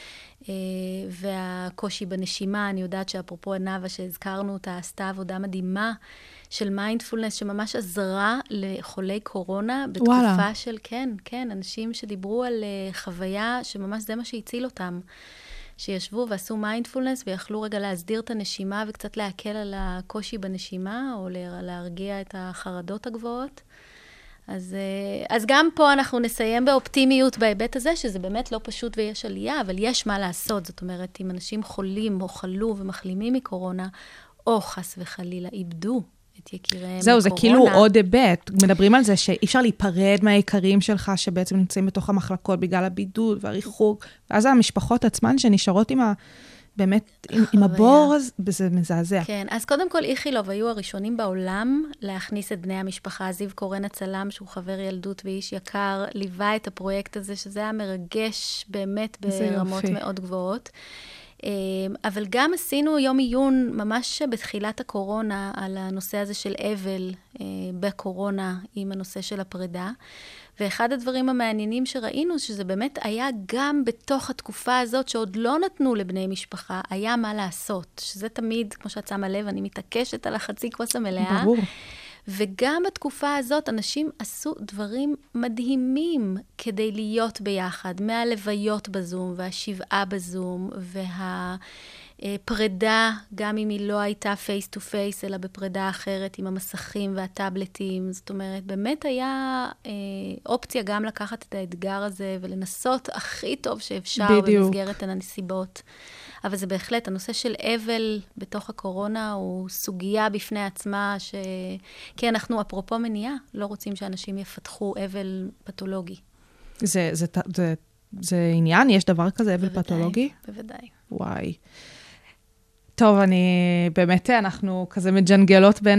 Speaker 5: והקושי בנשימה. אני יודעת שאפרופו הנאווה שהזכרנו אותה, עשתה עבודה מדהימה של מיינדפולנס, שממש עזרה לחולי קורונה בתקופה וואלה. של, כן, כן, אנשים שדיברו על חוויה שממש זה מה שהציל אותם. שישבו ועשו מיינדפולנס ויכלו רגע להסדיר את הנשימה וקצת להקל על הקושי בנשימה, או להרגיע את החרדות הגבוהות. אז, אז גם פה אנחנו נסיים באופטימיות בהיבט הזה, שזה באמת לא פשוט ויש עלייה, אבל יש מה לעשות. זאת אומרת, אם אנשים חולים או חלו ומחלימים מקורונה, או חס וחלילה איבדו את יקיריהם
Speaker 4: זהו,
Speaker 5: מקורונה.
Speaker 4: זה כאילו עוד היבט. מדברים על זה שאי אפשר להיפרד מהיקרים שלך, שבעצם נמצאים בתוך המחלקות בגלל הבידוד והריחוק, ואז המשפחות עצמן שנשארות עם ה... באמת, עם, עם הבור, זה מזעזע.
Speaker 5: כן, אז קודם כל, איכילוב היו הראשונים בעולם להכניס את בני המשפחה. זיו קורן הצלם, שהוא חבר ילדות ואיש יקר, ליווה את הפרויקט הזה, שזה היה מרגש באמת ברמות מאוד גבוהות. אבל גם עשינו יום עיון ממש בתחילת הקורונה על הנושא הזה של אבל בקורונה עם הנושא של הפרידה. ואחד הדברים המעניינים שראינו, שזה באמת היה גם בתוך התקופה הזאת שעוד לא נתנו לבני משפחה, היה מה לעשות. שזה תמיד, כמו שאת שמה לב, אני מתעקשת על החצי כוס המלאה.
Speaker 4: ברור. וגם
Speaker 5: בתקופה הזאת אנשים עשו דברים מדהימים כדי להיות ביחד, מהלוויות בזום והשבעה בזום והפרידה, גם אם היא לא הייתה פייס טו פייס, אלא בפרידה אחרת עם המסכים והטאבלטים. זאת אומרת, באמת היה אה, אופציה גם לקחת את האתגר הזה ולנסות הכי טוב שאפשר בדיוק. במסגרת הנסיבות. אבל זה בהחלט, הנושא של אבל בתוך הקורונה הוא סוגיה בפני עצמה, ש... כי אנחנו, אפרופו מניעה, לא רוצים שאנשים יפתחו אבל פתולוגי.
Speaker 4: זה, זה, זה, זה עניין? יש דבר כזה, אבל
Speaker 5: בוודאי,
Speaker 4: פתולוגי?
Speaker 5: בוודאי.
Speaker 4: וואי. טוב, אני, באמת, אנחנו כזה מג'נגלות בין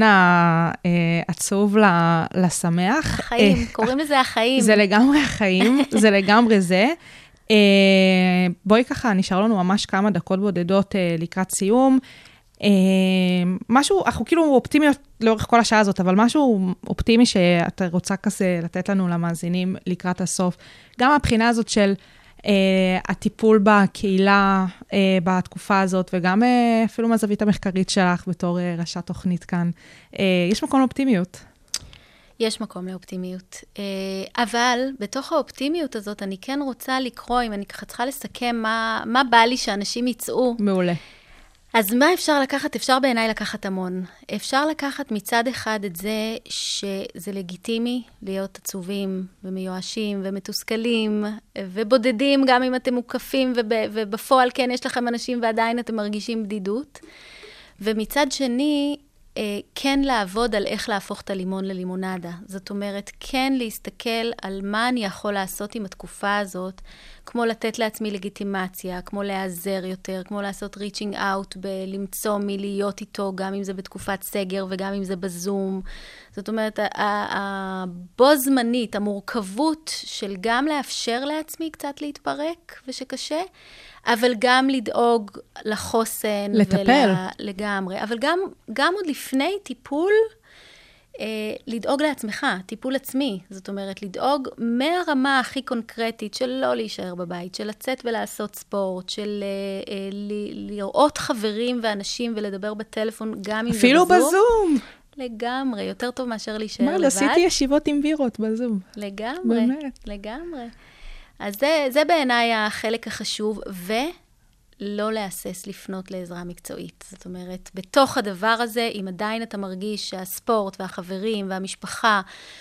Speaker 4: העצוב לשמח.
Speaker 5: החיים, קוראים לזה החיים.
Speaker 4: זה לגמרי החיים, זה לגמרי זה. Uh, בואי ככה, נשאר לנו ממש כמה דקות בודדות uh, לקראת סיום. Uh, משהו, אנחנו כאילו אופטימיות לאורך כל השעה הזאת, אבל משהו אופטימי שאתה רוצה כזה לתת לנו למאזינים לקראת הסוף. גם הבחינה הזאת של uh, הטיפול בקהילה uh, בתקופה הזאת, וגם uh, אפילו מהזווית המחקרית שלך בתור uh, ראשת תוכנית כאן. Uh, יש מקום לאופטימיות.
Speaker 5: יש מקום לאופטימיות. אבל בתוך האופטימיות הזאת, אני כן רוצה לקרוא, אם אני ככה צריכה לסכם, מה, מה בא לי שאנשים יצאו.
Speaker 4: מעולה.
Speaker 5: אז מה אפשר לקחת? אפשר בעיניי לקחת המון. אפשר לקחת מצד אחד את זה שזה לגיטימי להיות עצובים ומיואשים ומתוסכלים ובודדים, גם אם אתם מוקפים ובפועל כן יש לכם אנשים ועדיין אתם מרגישים בדידות. ומצד שני, כן לעבוד על איך להפוך את הלימון ללימונדה. זאת אומרת, כן להסתכל על מה אני יכול לעשות עם התקופה הזאת, כמו לתת לעצמי לגיטימציה, כמו להיעזר יותר, כמו לעשות reaching out, למצוא מי להיות איתו, גם אם זה בתקופת סגר וגם אם זה בזום. זאת אומרת, בו זמנית, המורכבות של גם לאפשר לעצמי קצת להתפרק ושקשה, אבל גם לדאוג לחוסן.
Speaker 4: לטפל.
Speaker 5: ול... לגמרי. אבל גם, גם עוד לפני טיפול, אה, לדאוג לעצמך, טיפול עצמי. זאת אומרת, לדאוג מהרמה הכי קונקרטית של לא להישאר בבית, של לצאת ולעשות ספורט, של אה, אה, ל- לראות חברים ואנשים ולדבר בטלפון, גם אם זה בזום.
Speaker 4: אפילו בזום.
Speaker 5: לגמרי, יותר טוב מאשר להישאר לבד.
Speaker 4: מה, עשיתי ישיבות עם וירות בזום.
Speaker 5: לגמרי,
Speaker 4: באמת.
Speaker 5: לגמרי. אז זה, זה בעיניי החלק החשוב, ולא להסס לפנות לעזרה מקצועית. זאת אומרת, בתוך הדבר הזה, אם עדיין אתה מרגיש שהספורט והחברים והמשפחה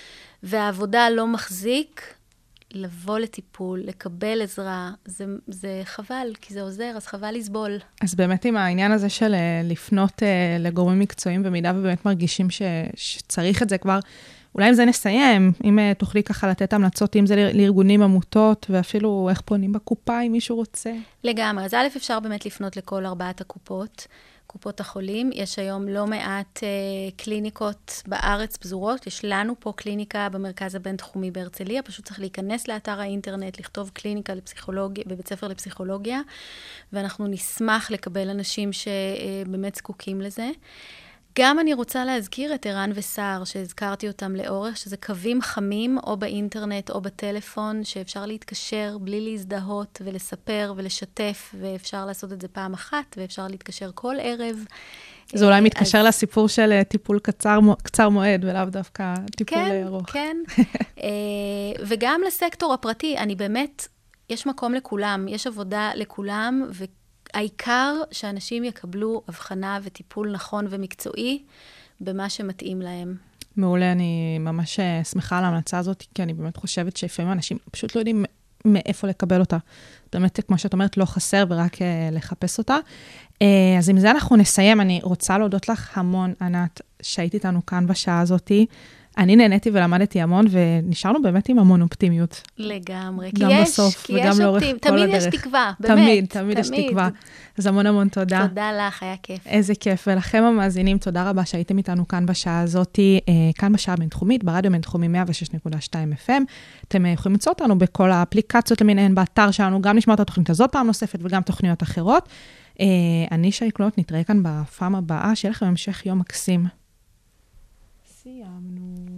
Speaker 5: והעבודה לא מחזיק, לבוא לטיפול, לקבל עזרה, זה, זה חבל, כי זה עוזר, אז חבל לסבול.
Speaker 4: אז באמת עם העניין הזה של לפנות לגורמים מקצועיים, במידה ובאמת מרגישים ש, שצריך את זה כבר, אולי עם זה נסיים, אם תוכלי ככה לתת המלצות, אם זה לארגונים, עמותות, ואפילו איך פונים בקופה, אם מישהו רוצה.
Speaker 5: לגמרי, אז א' אפשר באמת לפנות לכל ארבעת הקופות, קופות החולים. יש היום לא מעט אה, קליניקות בארץ פזורות. יש לנו פה קליניקה במרכז הבינתחומי בהרצליה. פשוט צריך להיכנס לאתר האינטרנט, לכתוב קליניקה לפסיכולוגיה, בבית ספר לפסיכולוגיה, ואנחנו נשמח לקבל אנשים שבאמת זקוקים לזה. גם אני רוצה להזכיר את ערן וסער, שהזכרתי אותם לאורך, שזה קווים חמים או באינטרנט או בטלפון, שאפשר להתקשר בלי להזדהות ולספר ולשתף, ואפשר לעשות את זה פעם אחת, ואפשר להתקשר כל ערב.
Speaker 4: זה אולי מתקשר אז... לסיפור של טיפול קצר, קצר מועד, ולאו דווקא טיפול
Speaker 5: כן,
Speaker 4: ארוך.
Speaker 5: כן, כן. וגם לסקטור הפרטי, אני באמת, יש מקום לכולם, יש עבודה לכולם, ו... העיקר שאנשים יקבלו הבחנה וטיפול נכון ומקצועי במה שמתאים להם.
Speaker 4: מעולה, אני ממש שמחה על ההמלצה הזאת, כי אני באמת חושבת שלפעמים אנשים פשוט לא יודעים מאיפה לקבל אותה. באמת, כמו שאת אומרת, לא חסר ורק לחפש אותה. אז עם זה אנחנו נסיים. אני רוצה להודות לך המון, ענת, שהיית איתנו כאן בשעה הזאת. אני נהניתי ולמדתי המון, ונשארנו באמת עם המון אופטימיות.
Speaker 5: לגמרי.
Speaker 4: גם
Speaker 5: כי
Speaker 4: בסוף
Speaker 5: יש,
Speaker 4: וגם לאורך כל הדרך.
Speaker 5: תמיד יש תקווה, באמת.
Speaker 4: תמיד, תמיד יש תקווה. אז המון המון תודה.
Speaker 5: תודה לך, היה כיף.
Speaker 4: איזה כיף. ולכם המאזינים, תודה רבה שהייתם איתנו כאן בשעה הזאת, כאן בשעה הבינתחומית, ברדיו בינתחומי מאה ושש נקודה שתיים אף אם. אתם יכולים למצוא אותנו בכל האפליקציות למיניהן באתר שלנו, גם לשמוע את התוכנית הזאת פעם נוספת, וגם תוכניות אחרות. אני שי קלוט, נתראה כאן בפעם הבאה, שיהיה לכם המשך יום מקסים. סיימנו.